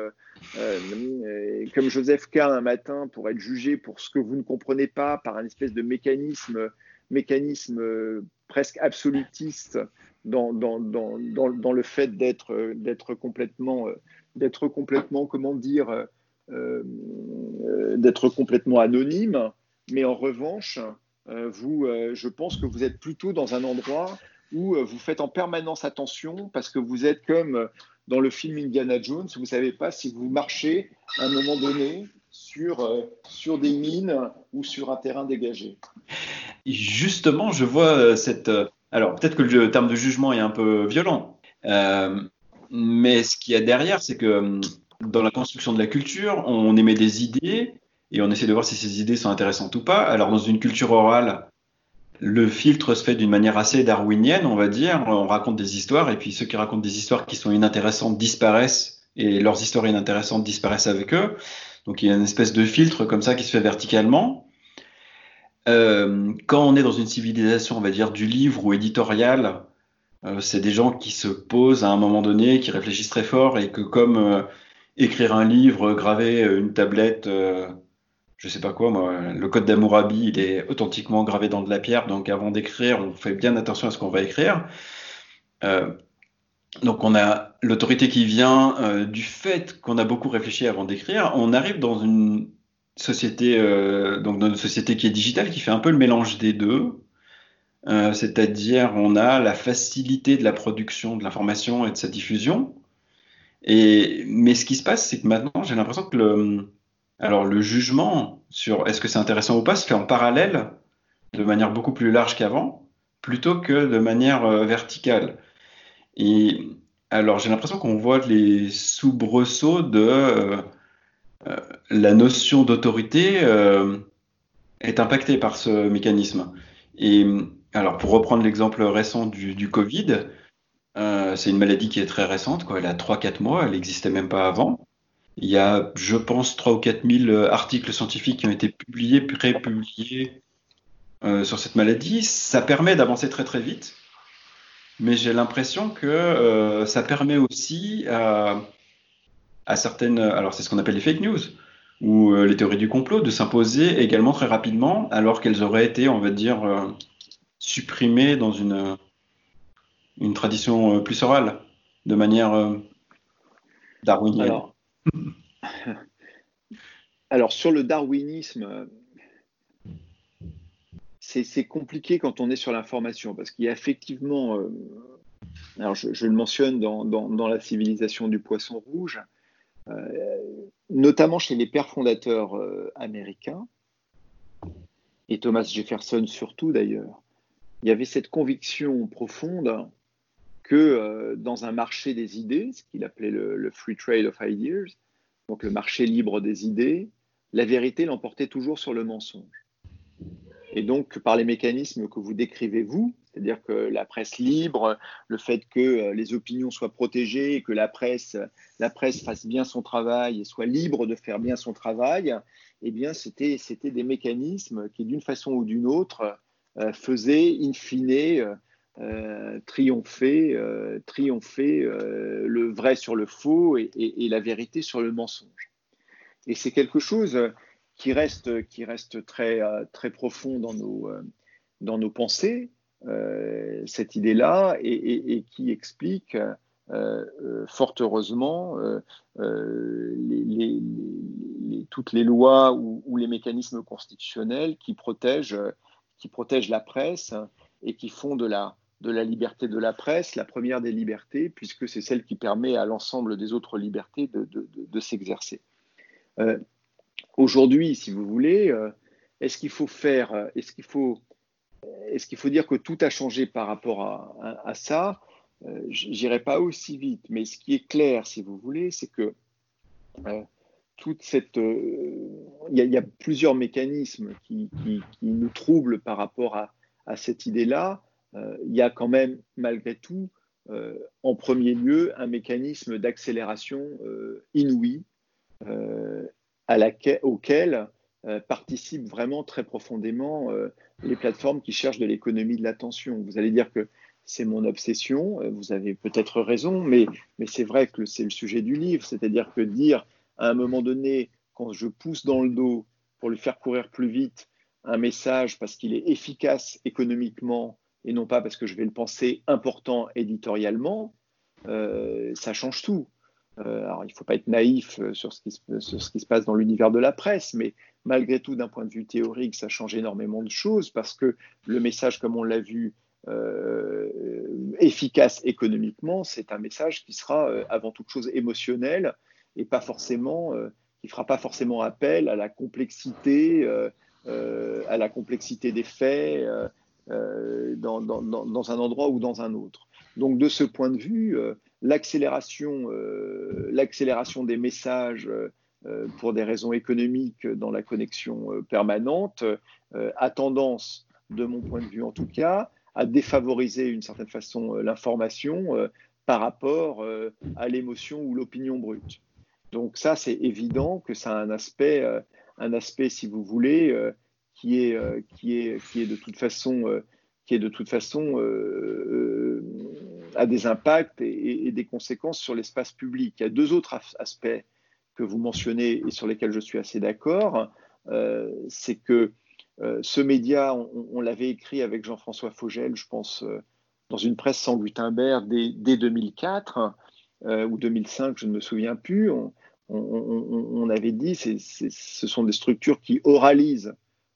Joseph K. un matin pour être jugé pour ce que vous ne comprenez pas par un espèce de mécanisme presque absolutiste dans le fait d'être complètement, comment dire, d'être complètement anonyme. Mais en revanche, je pense que vous êtes plutôt dans un endroit où vous faites en permanence attention parce que vous êtes comme dans le film Indiana Jones, vous ne savez pas si vous marchez à un moment donné sur des mines ou sur un terrain dégagé. Justement, je vois alors, peut-être que le terme de jugement est un peu violent, mais ce qu'il y a derrière, c'est que dans la construction de la culture, on émet des idées et on essaie de voir si ces idées sont intéressantes ou pas. Alors, dans une culture orale, le filtre se fait d'une manière assez darwinienne, on va dire. On raconte des histoires et puis ceux qui racontent des histoires qui sont inintéressantes disparaissent et leurs histoires inintéressantes disparaissent avec eux. Donc il y a une espèce de filtre comme ça qui se fait verticalement. Quand on est dans une civilisation, on va dire, du livre ou éditorial, c'est des gens qui se posent à un moment donné, qui réfléchissent très fort et que comme écrire un livre, graver une tablette… je sais pas quoi, moi, le code d'Hammurabi, il est authentiquement gravé dans de la pierre, donc avant d'écrire, on fait bien attention à ce qu'on va écrire. Donc on a l'autorité qui vient du fait qu'on a beaucoup réfléchi avant d'écrire. On arrive dans une société, donc dans une société qui est digitale, qui fait un peu le mélange des deux. C'est-à-dire on a la facilité de la production de l'information et de sa diffusion. Mais ce qui se passe, c'est que maintenant, j'ai l'impression que le jugement sur est-ce que c'est intéressant ou pas se fait en parallèle, de manière beaucoup plus large qu'avant, plutôt que de manière verticale. Et alors j'ai l'impression qu'on voit les soubresauts de la notion d'autorité est impactée par ce mécanisme. Et alors pour reprendre l'exemple récent du Covid, c'est une maladie qui est très récente, quoi. Elle a 3-4 mois, elle n'existait même pas avant. Il y a, je pense, 3 ou 4 000 articles scientifiques qui ont été publiés, prépubliés sur cette maladie. Ça permet d'avancer très très vite, mais j'ai l'impression que ça permet aussi à certaines, alors c'est ce qu'on appelle les fake news, ou les théories du complot, de s'imposer également très rapidement, alors qu'elles auraient été, on va dire, supprimées dans une tradition plus orale, de manière darwinienne. Alors, sur le darwinisme, c'est compliqué quand on est sur l'information, parce qu'il y a effectivement, alors je le mentionne dans la civilisation du poisson rouge, notamment chez les pères fondateurs américains, et Thomas Jefferson surtout d'ailleurs, il y avait cette conviction profonde que dans un marché des idées, ce qu'il appelait le free trade of ideas, donc le marché libre des idées, la vérité l'emportait toujours sur le mensonge. Et donc, par les mécanismes que vous décrivez, vous, c'est-à-dire que la presse libre, le fait que les opinions soient protégées, que la presse fasse bien son travail et soit libre de faire bien son travail, eh bien, c'était des mécanismes qui, d'une façon ou d'une autre, faisaient, in fine, triompher le vrai sur le faux et la vérité sur le mensonge. Et c'est quelque chose qui reste très, très profond dans nos pensées, cette idée-là, et qui explique fort heureusement toutes les lois ou les mécanismes constitutionnels qui protègent la presse et qui font de la liberté de la presse la première des libertés, puisque c'est celle qui permet à l'ensemble des autres libertés de s'exercer. Aujourd'hui, si vous voulez, est-ce qu'il faut dire que tout a changé par rapport à ça? J'irai pas aussi vite, mais ce qui est clair, si vous voulez, c'est que il y a plusieurs mécanismes qui nous troublent par rapport à cette idée-là. Il y a quand même, malgré tout, en premier lieu, un mécanisme d'accélération inouï auquel participent vraiment très profondément les plateformes qui cherchent de l'économie de l'attention. Vous allez dire que c'est mon obsession, vous avez peut-être raison, mais c'est vrai que c'est le sujet du livre, c'est-à-dire que dire à un moment donné, quand je pousse dans le dos pour lui faire courir plus vite un message parce qu'il est efficace économiquement et non pas parce que je vais le penser important éditorialement, ça change tout. Alors, il ne faut pas être naïf sur ce qui se passe dans l'univers de la presse, mais malgré tout, d'un point de vue théorique, ça change énormément de choses parce que le message, comme on l'a vu, efficace économiquement, c'est un message qui sera avant toute chose émotionnel et pas forcément, qui ne fera pas forcément appel à la complexité des faits dans un endroit ou dans un autre. Donc, de ce point de vue, l'accélération des messages pour des raisons économiques dans la connexion permanente a tendance, de mon point de vue en tout cas, à défavoriser d'une certaine façon l'information par rapport à l'émotion ou l'opinion brute. Donc ça, c'est évident que ça a un aspect si vous voulez, qui est de toute façon a des impacts et des conséquences sur l'espace public. Il y a deux autres aspects que vous mentionnez et sur lesquels je suis assez d'accord. C'est que ce média, on l'avait écrit avec Jean-François Fogel, je pense, dans une presse sans Gutenberg dès 2004 ou 2005, je ne me souviens plus. On avait dit ce sont des structures qui oralisent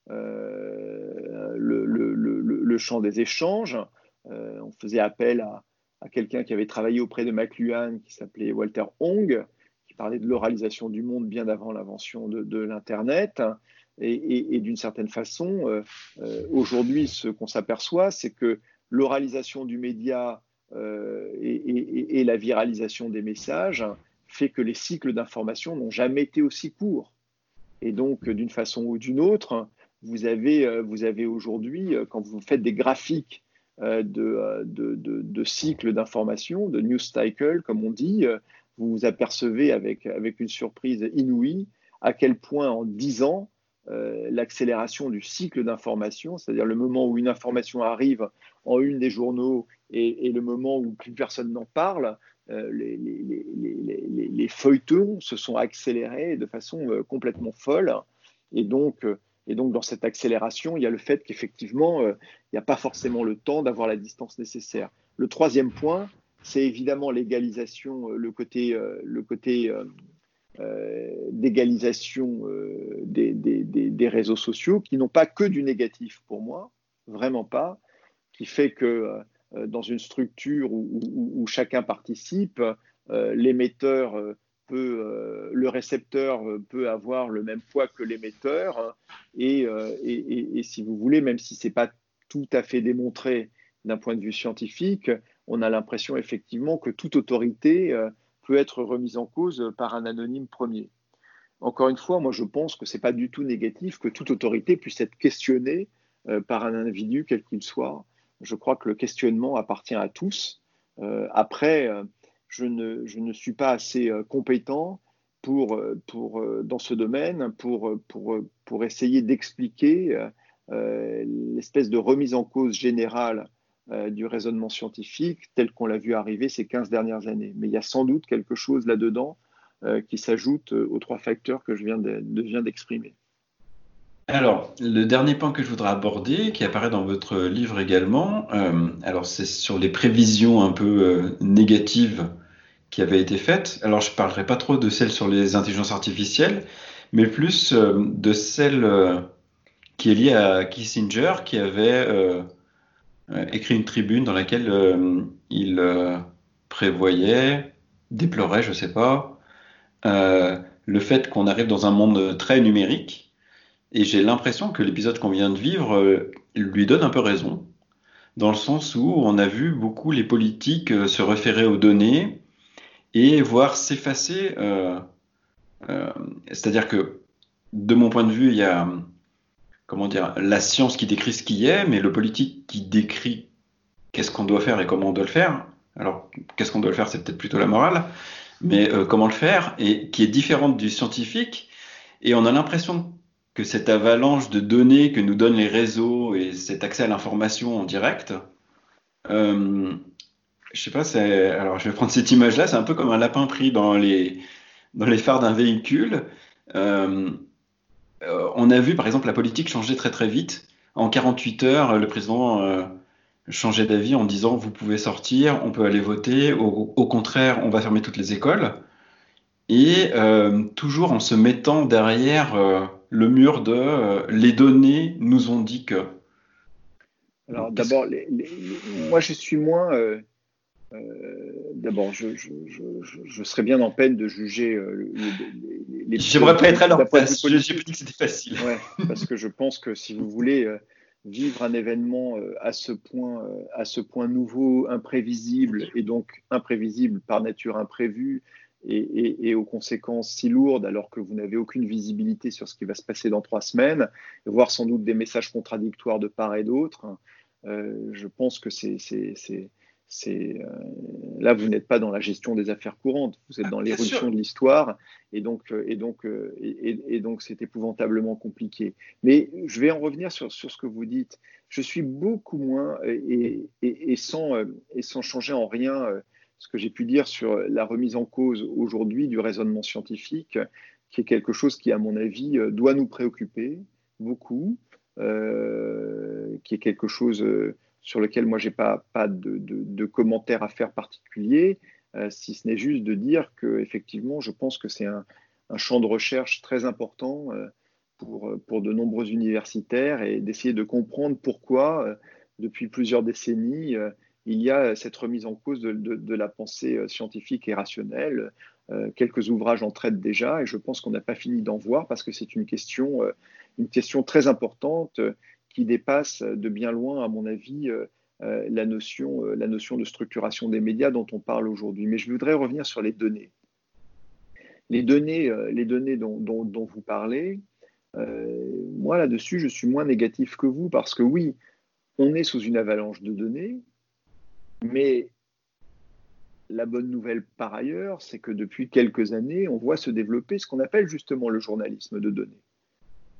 le champ des échanges. On faisait appel à quelqu'un qui avait travaillé auprès de McLuhan, qui s'appelait Walter Hong, qui parlait de l'oralisation du monde bien avant l'invention de l'Internet. Et d'une certaine façon, aujourd'hui, ce qu'on s'aperçoit, c'est que l'oralisation du média et la viralisation des messages fait que les cycles d'information n'ont jamais été aussi courts. Et donc, d'une façon ou d'une autre, vous avez aujourd'hui, quand vous faites des graphiques de cycles d'information, de news cycle, comme on dit, vous vous apercevez avec une surprise inouïe à quel point en 10 ans, l'accélération du cycle d'information, c'est-à-dire le moment où une information arrive en une des journaux et le moment où plus personne n'en parle, les feuilletons se sont accélérés de façon complètement folle. Et donc, dans cette accélération, il y a le fait qu'effectivement, il n'y a pas forcément le temps d'avoir la distance nécessaire. Le troisième point, c'est évidemment l'égalisation, le côté d'égalisation des réseaux sociaux, qui n'ont pas que du négatif pour moi, vraiment pas, qui fait que dans une structure où chacun participe, l'émetteur le récepteur peut avoir le même poids que l'émetteur, et si vous voulez, même si ce n'est pas tout à fait démontré d'un point de vue scientifique, on a l'impression effectivement que toute autorité peut être remise en cause par un anonyme premier. Encore une fois, moi je pense que ce n'est pas du tout négatif que toute autorité puisse être questionnée par un individu quel qu'il soit. Je crois que le questionnement appartient à tous. Après, je ne suis pas assez compétent dans ce domaine pour essayer d'expliquer l'espèce de remise en cause générale du raisonnement scientifique tel qu'on l'a vu arriver ces 15 dernières années. Mais il y a sans doute quelque chose là-dedans qui s'ajoute aux trois facteurs que je viens d'exprimer. Alors, le dernier point que je voudrais aborder, qui apparaît dans votre livre également, alors c'est sur les prévisions un peu négatives qui avaient été faites. Alors, je ne parlerai pas trop de celles sur les intelligences artificielles, mais plus de celle qui est liée à Kissinger, qui avait écrit une tribune dans laquelle il prévoyait, déplorait, je ne sais pas, le fait qu'on arrive dans un monde très numérique. Et j'ai l'impression que l'épisode qu'on vient de vivre lui donne un peu raison, dans le sens où on a vu beaucoup les politiques se référer aux données et voir s'effacer. C'est-à-dire que, de mon point de vue, il y a comment dire, la science qui décrit ce qui est, mais le politique qui décrit qu'est-ce qu'on doit faire et comment on doit le faire. Alors, qu'est-ce qu'on doit le faire, c'est peut-être plutôt la morale, mais comment le faire, et qui est différente du scientifique. Et on a l'impression que cette avalanche de données que nous donnent les réseaux et cet accès à l'information en direct, je sais pas, alors je vais prendre cette image-là, c'est un peu comme un lapin pris dans les phares d'un véhicule. On a vu par exemple la politique changer très très vite. En 48 heures, le président changeait d'avis en disant vous pouvez sortir, on peut aller voter, au contraire, on va fermer toutes les écoles. Et toujours en se mettant derrière le mur de les données nous ont dit que. Alors d'abord, moi je suis moins. D'abord, je serais bien en peine de juger les. J'aimerais pas être à leur place. J'ai pas dit que c'était facile. Ouais, parce que je pense que si vous voulez vivre un événement à ce point nouveau, imprévisible, et donc imprévisible par nature imprévu, et aux conséquences si lourdes, alors que vous n'avez aucune visibilité sur ce qui va se passer dans 3 semaines, voire sans doute des messages contradictoires de part et d'autre, je pense que là, vous n'êtes pas dans la gestion des affaires courantes, vous êtes dans l'éruption de l'histoire, et donc c'est épouvantablement compliqué. Mais je vais en revenir sur ce que vous dites. Je suis beaucoup moins, et sans changer en rien ce que j'ai pu dire sur la remise en cause aujourd'hui du raisonnement scientifique, qui est quelque chose qui, à mon avis, doit nous préoccuper beaucoup, qui est quelque chose sur lequel moi, je n'ai pas de commentaires à faire particulier, si ce n'est juste de dire qu'effectivement, je pense que c'est un champ de recherche très important pour de nombreux universitaires, et d'essayer de comprendre pourquoi, depuis plusieurs décennies, il y a cette remise en cause de la pensée scientifique et rationnelle. Quelques ouvrages en traitent déjà, et je pense qu'on n'a pas fini d'en voir, parce que c'est une question très importante qui dépasse de bien loin, à mon avis, la notion de structuration des médias dont on parle aujourd'hui. Mais je voudrais revenir sur les données. Les données dont vous parlez, moi là-dessus, je suis moins négatif que vous, parce que oui, on est sous une avalanche de données, mais la bonne nouvelle par ailleurs, c'est que depuis quelques années, on voit se développer ce qu'on appelle justement le journalisme de données.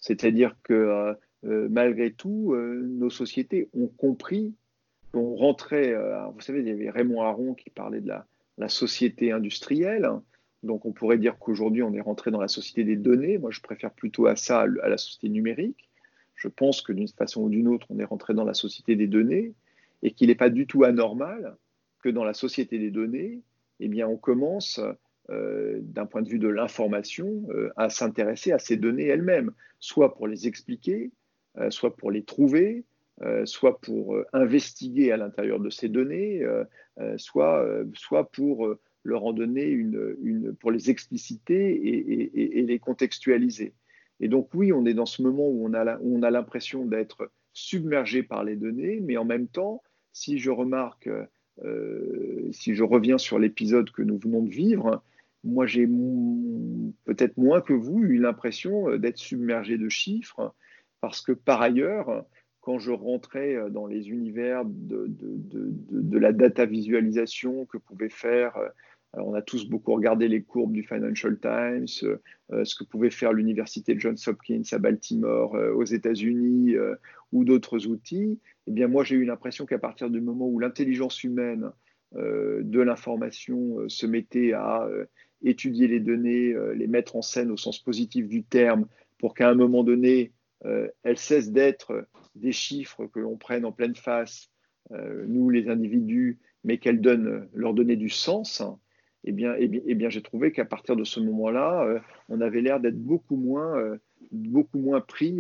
C'est-à-dire que malgré tout, nos sociétés ont compris qu'on rentrait, vous savez, il y avait Raymond Aron qui parlait de la société industrielle. Donc on pourrait dire qu'aujourd'hui on est rentré dans la société des données. Moi je préfère plutôt à ça, à la société numérique. Je pense que d'une façon ou d'une autre on est rentré dans la société des données et qu'il n'est pas du tout anormal que dans la société des données, eh bien on commence d'un point de vue de l'information à s'intéresser à ces données elles-mêmes, soit pour les expliquer, soit pour les trouver, soit pour investiguer à l'intérieur de ces données, soit pour leur en donner pour les expliciter et les contextualiser. Et donc oui, on est dans ce moment où on a l'impression d'être submergé par les données, mais en même temps, si je remarque, si je reviens sur l'épisode que nous venons de vivre, moi j'ai peut-être moins que vous eu l'impression d'être submergé de chiffres, parce que par ailleurs, quand je rentrais dans les univers de la data visualisation que pouvait faire, alors on a tous beaucoup regardé les courbes du Financial Times, ce que pouvait faire l'université de Johns Hopkins à Baltimore, aux États-Unis, ou d'autres outils. Eh bien moi j'ai eu l'impression qu'à partir du moment où l'intelligence humaine de l'information se mettait à étudier les données, les mettre en scène au sens positif du terme, pour qu'à un moment donné, elles cessent d'être des chiffres que l'on prenne en pleine face, nous les individus, mais qu'elles leur donner du sens, eh bien j'ai trouvé qu'à partir de ce moment-là, on avait l'air d'être beaucoup moins pris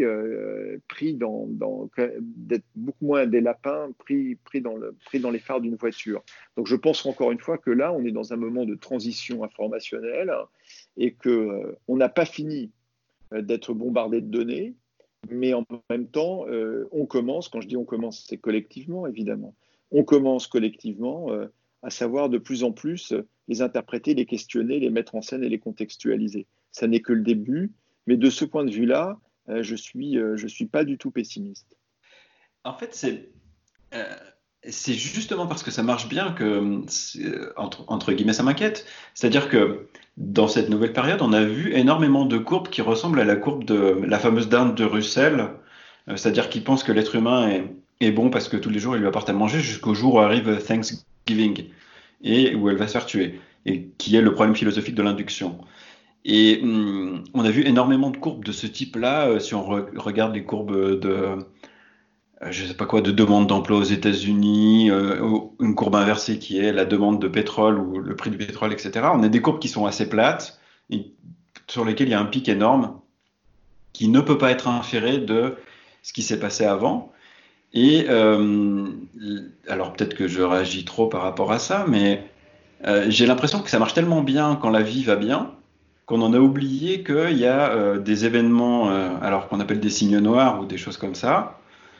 d'être beaucoup moins des lapins pris dans les phares d'une voiture. Donc je pense encore une fois que là, on est dans un moment de transition informationnelle et que on n'a pas fini d'être bombardé de données, mais en même temps, on commence, quand je dis on commence, c'est collectivement évidemment, on commence collectivement à savoir de plus en plus les interpréter, les questionner, les mettre en scène et les contextualiser. Ça n'est que le début, mais de ce point de vue-là, je suis pas du tout pessimiste. En fait, c'est justement parce que ça marche bien que, entre guillemets, ça m'inquiète. C'est-à-dire que dans cette nouvelle période, on a vu énormément de courbes qui ressemblent à la courbe de la fameuse dinde de Russell, c'est-à-dire qu'il pense que l'être humain est bon parce que tous les jours il lui apporte à manger jusqu'au jour où arrive Thanksgiving et où elle va se faire tuer, et qui est le problème philosophique de l'induction. Et on a vu énormément de courbes de ce type-là, si on regarde les courbes de je sais pas quoi, de demande d'emploi aux États-Unis, une courbe inversée qui est la demande de pétrole ou le prix du pétrole, etc. On a des courbes qui sont assez plates et sur lesquelles il y a un pic énorme qui ne peut pas être inféré de ce qui s'est passé avant. Et alors peut-être que je réagis trop par rapport à ça, mais j'ai l'impression que ça marche tellement bien quand la vie va bien qu'on en a oublié qu'il y a des événements, alors qu'on appelle des signes noirs ou des choses comme ça,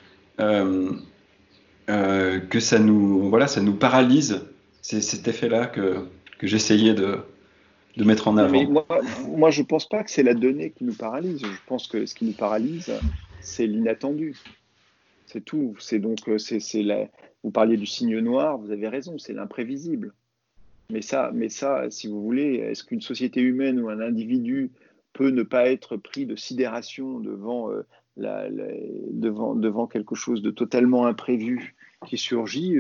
que ça nous paralyse. C'est cet effet-là que j'essayais de mettre en avant. Mais moi, je ne pense pas que c'est la donnée qui nous paralyse. Je pense que ce qui nous paralyse, c'est l'inattendu. C'est tout. Vous parliez du signe noir, vous avez raison, c'est l'imprévisible. Mais ça, si vous voulez, est-ce qu'une société humaine ou un individu peut ne pas être pris de sidération devant quelque chose de totalement imprévu qui surgit,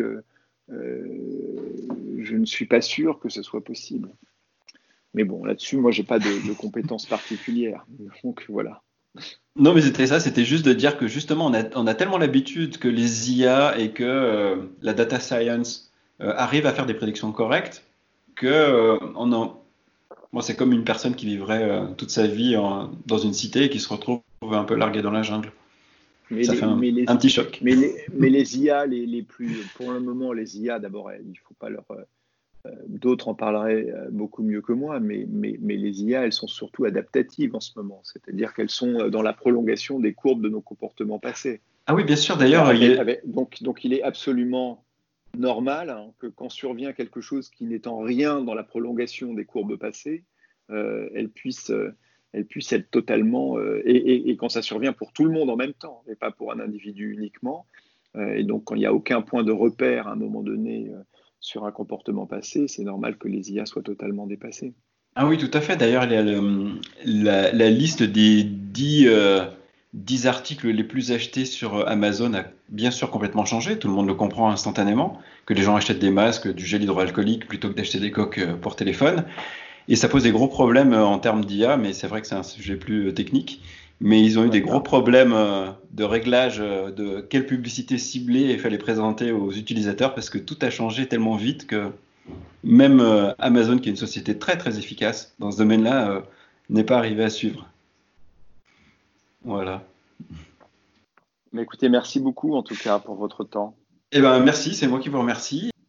je ne suis pas sûr que ce soit possible. Mais bon, là-dessus, moi, j'ai pas de compétences particulières. Donc voilà. Non, mais c'était ça, c'était juste de dire que justement, on a tellement l'habitude que les IA et que la data science arrivent à faire des prédictions correctes que moi, c'est comme une personne qui vivrait toute sa vie dans une cité et qui se retrouve un peu larguée dans la jungle. Ça fait un petit choc. Mais les IA, les plus, pour le moment, les IA, d'abord, il ne faut pas leur. D'autres en parleraient beaucoup mieux que moi, mais les IA, elles sont surtout adaptatives en ce moment. C'est-à-dire qu'elles sont dans la prolongation des courbes de nos comportements passés. Ah oui, bien sûr. D'ailleurs, donc il est absolument normal que quand survient quelque chose qui n'est en rien dans la prolongation des courbes passées, elle puisse être totalement et quand ça survient pour tout le monde en même temps et pas pour un individu uniquement, et donc quand il n'y a aucun point de repère à un moment donné sur un comportement passé, c'est normal que les IA soient totalement dépassées. Ah oui, tout à fait. D'ailleurs, il y a la liste des 10 10 articles les plus achetés sur Amazon a bien sûr complètement changé. Tout le monde le comprend instantanément, que les gens achètent des masques, du gel hydroalcoolique plutôt que d'acheter des coques pour téléphone. Et ça pose des gros problèmes en termes d'IA, mais c'est vrai que c'est un sujet plus technique. Mais ils ont eu des gros problèmes de réglage de quelle publicité ciblée il fallait présenter aux utilisateurs parce que tout a changé tellement vite que même Amazon, qui est une société très très efficace dans ce domaine-là, n'est pas arrivé à suivre. Voilà. Mais écoutez, merci beaucoup en tout cas pour votre temps. Eh ben merci, c'est moi qui vous remercie.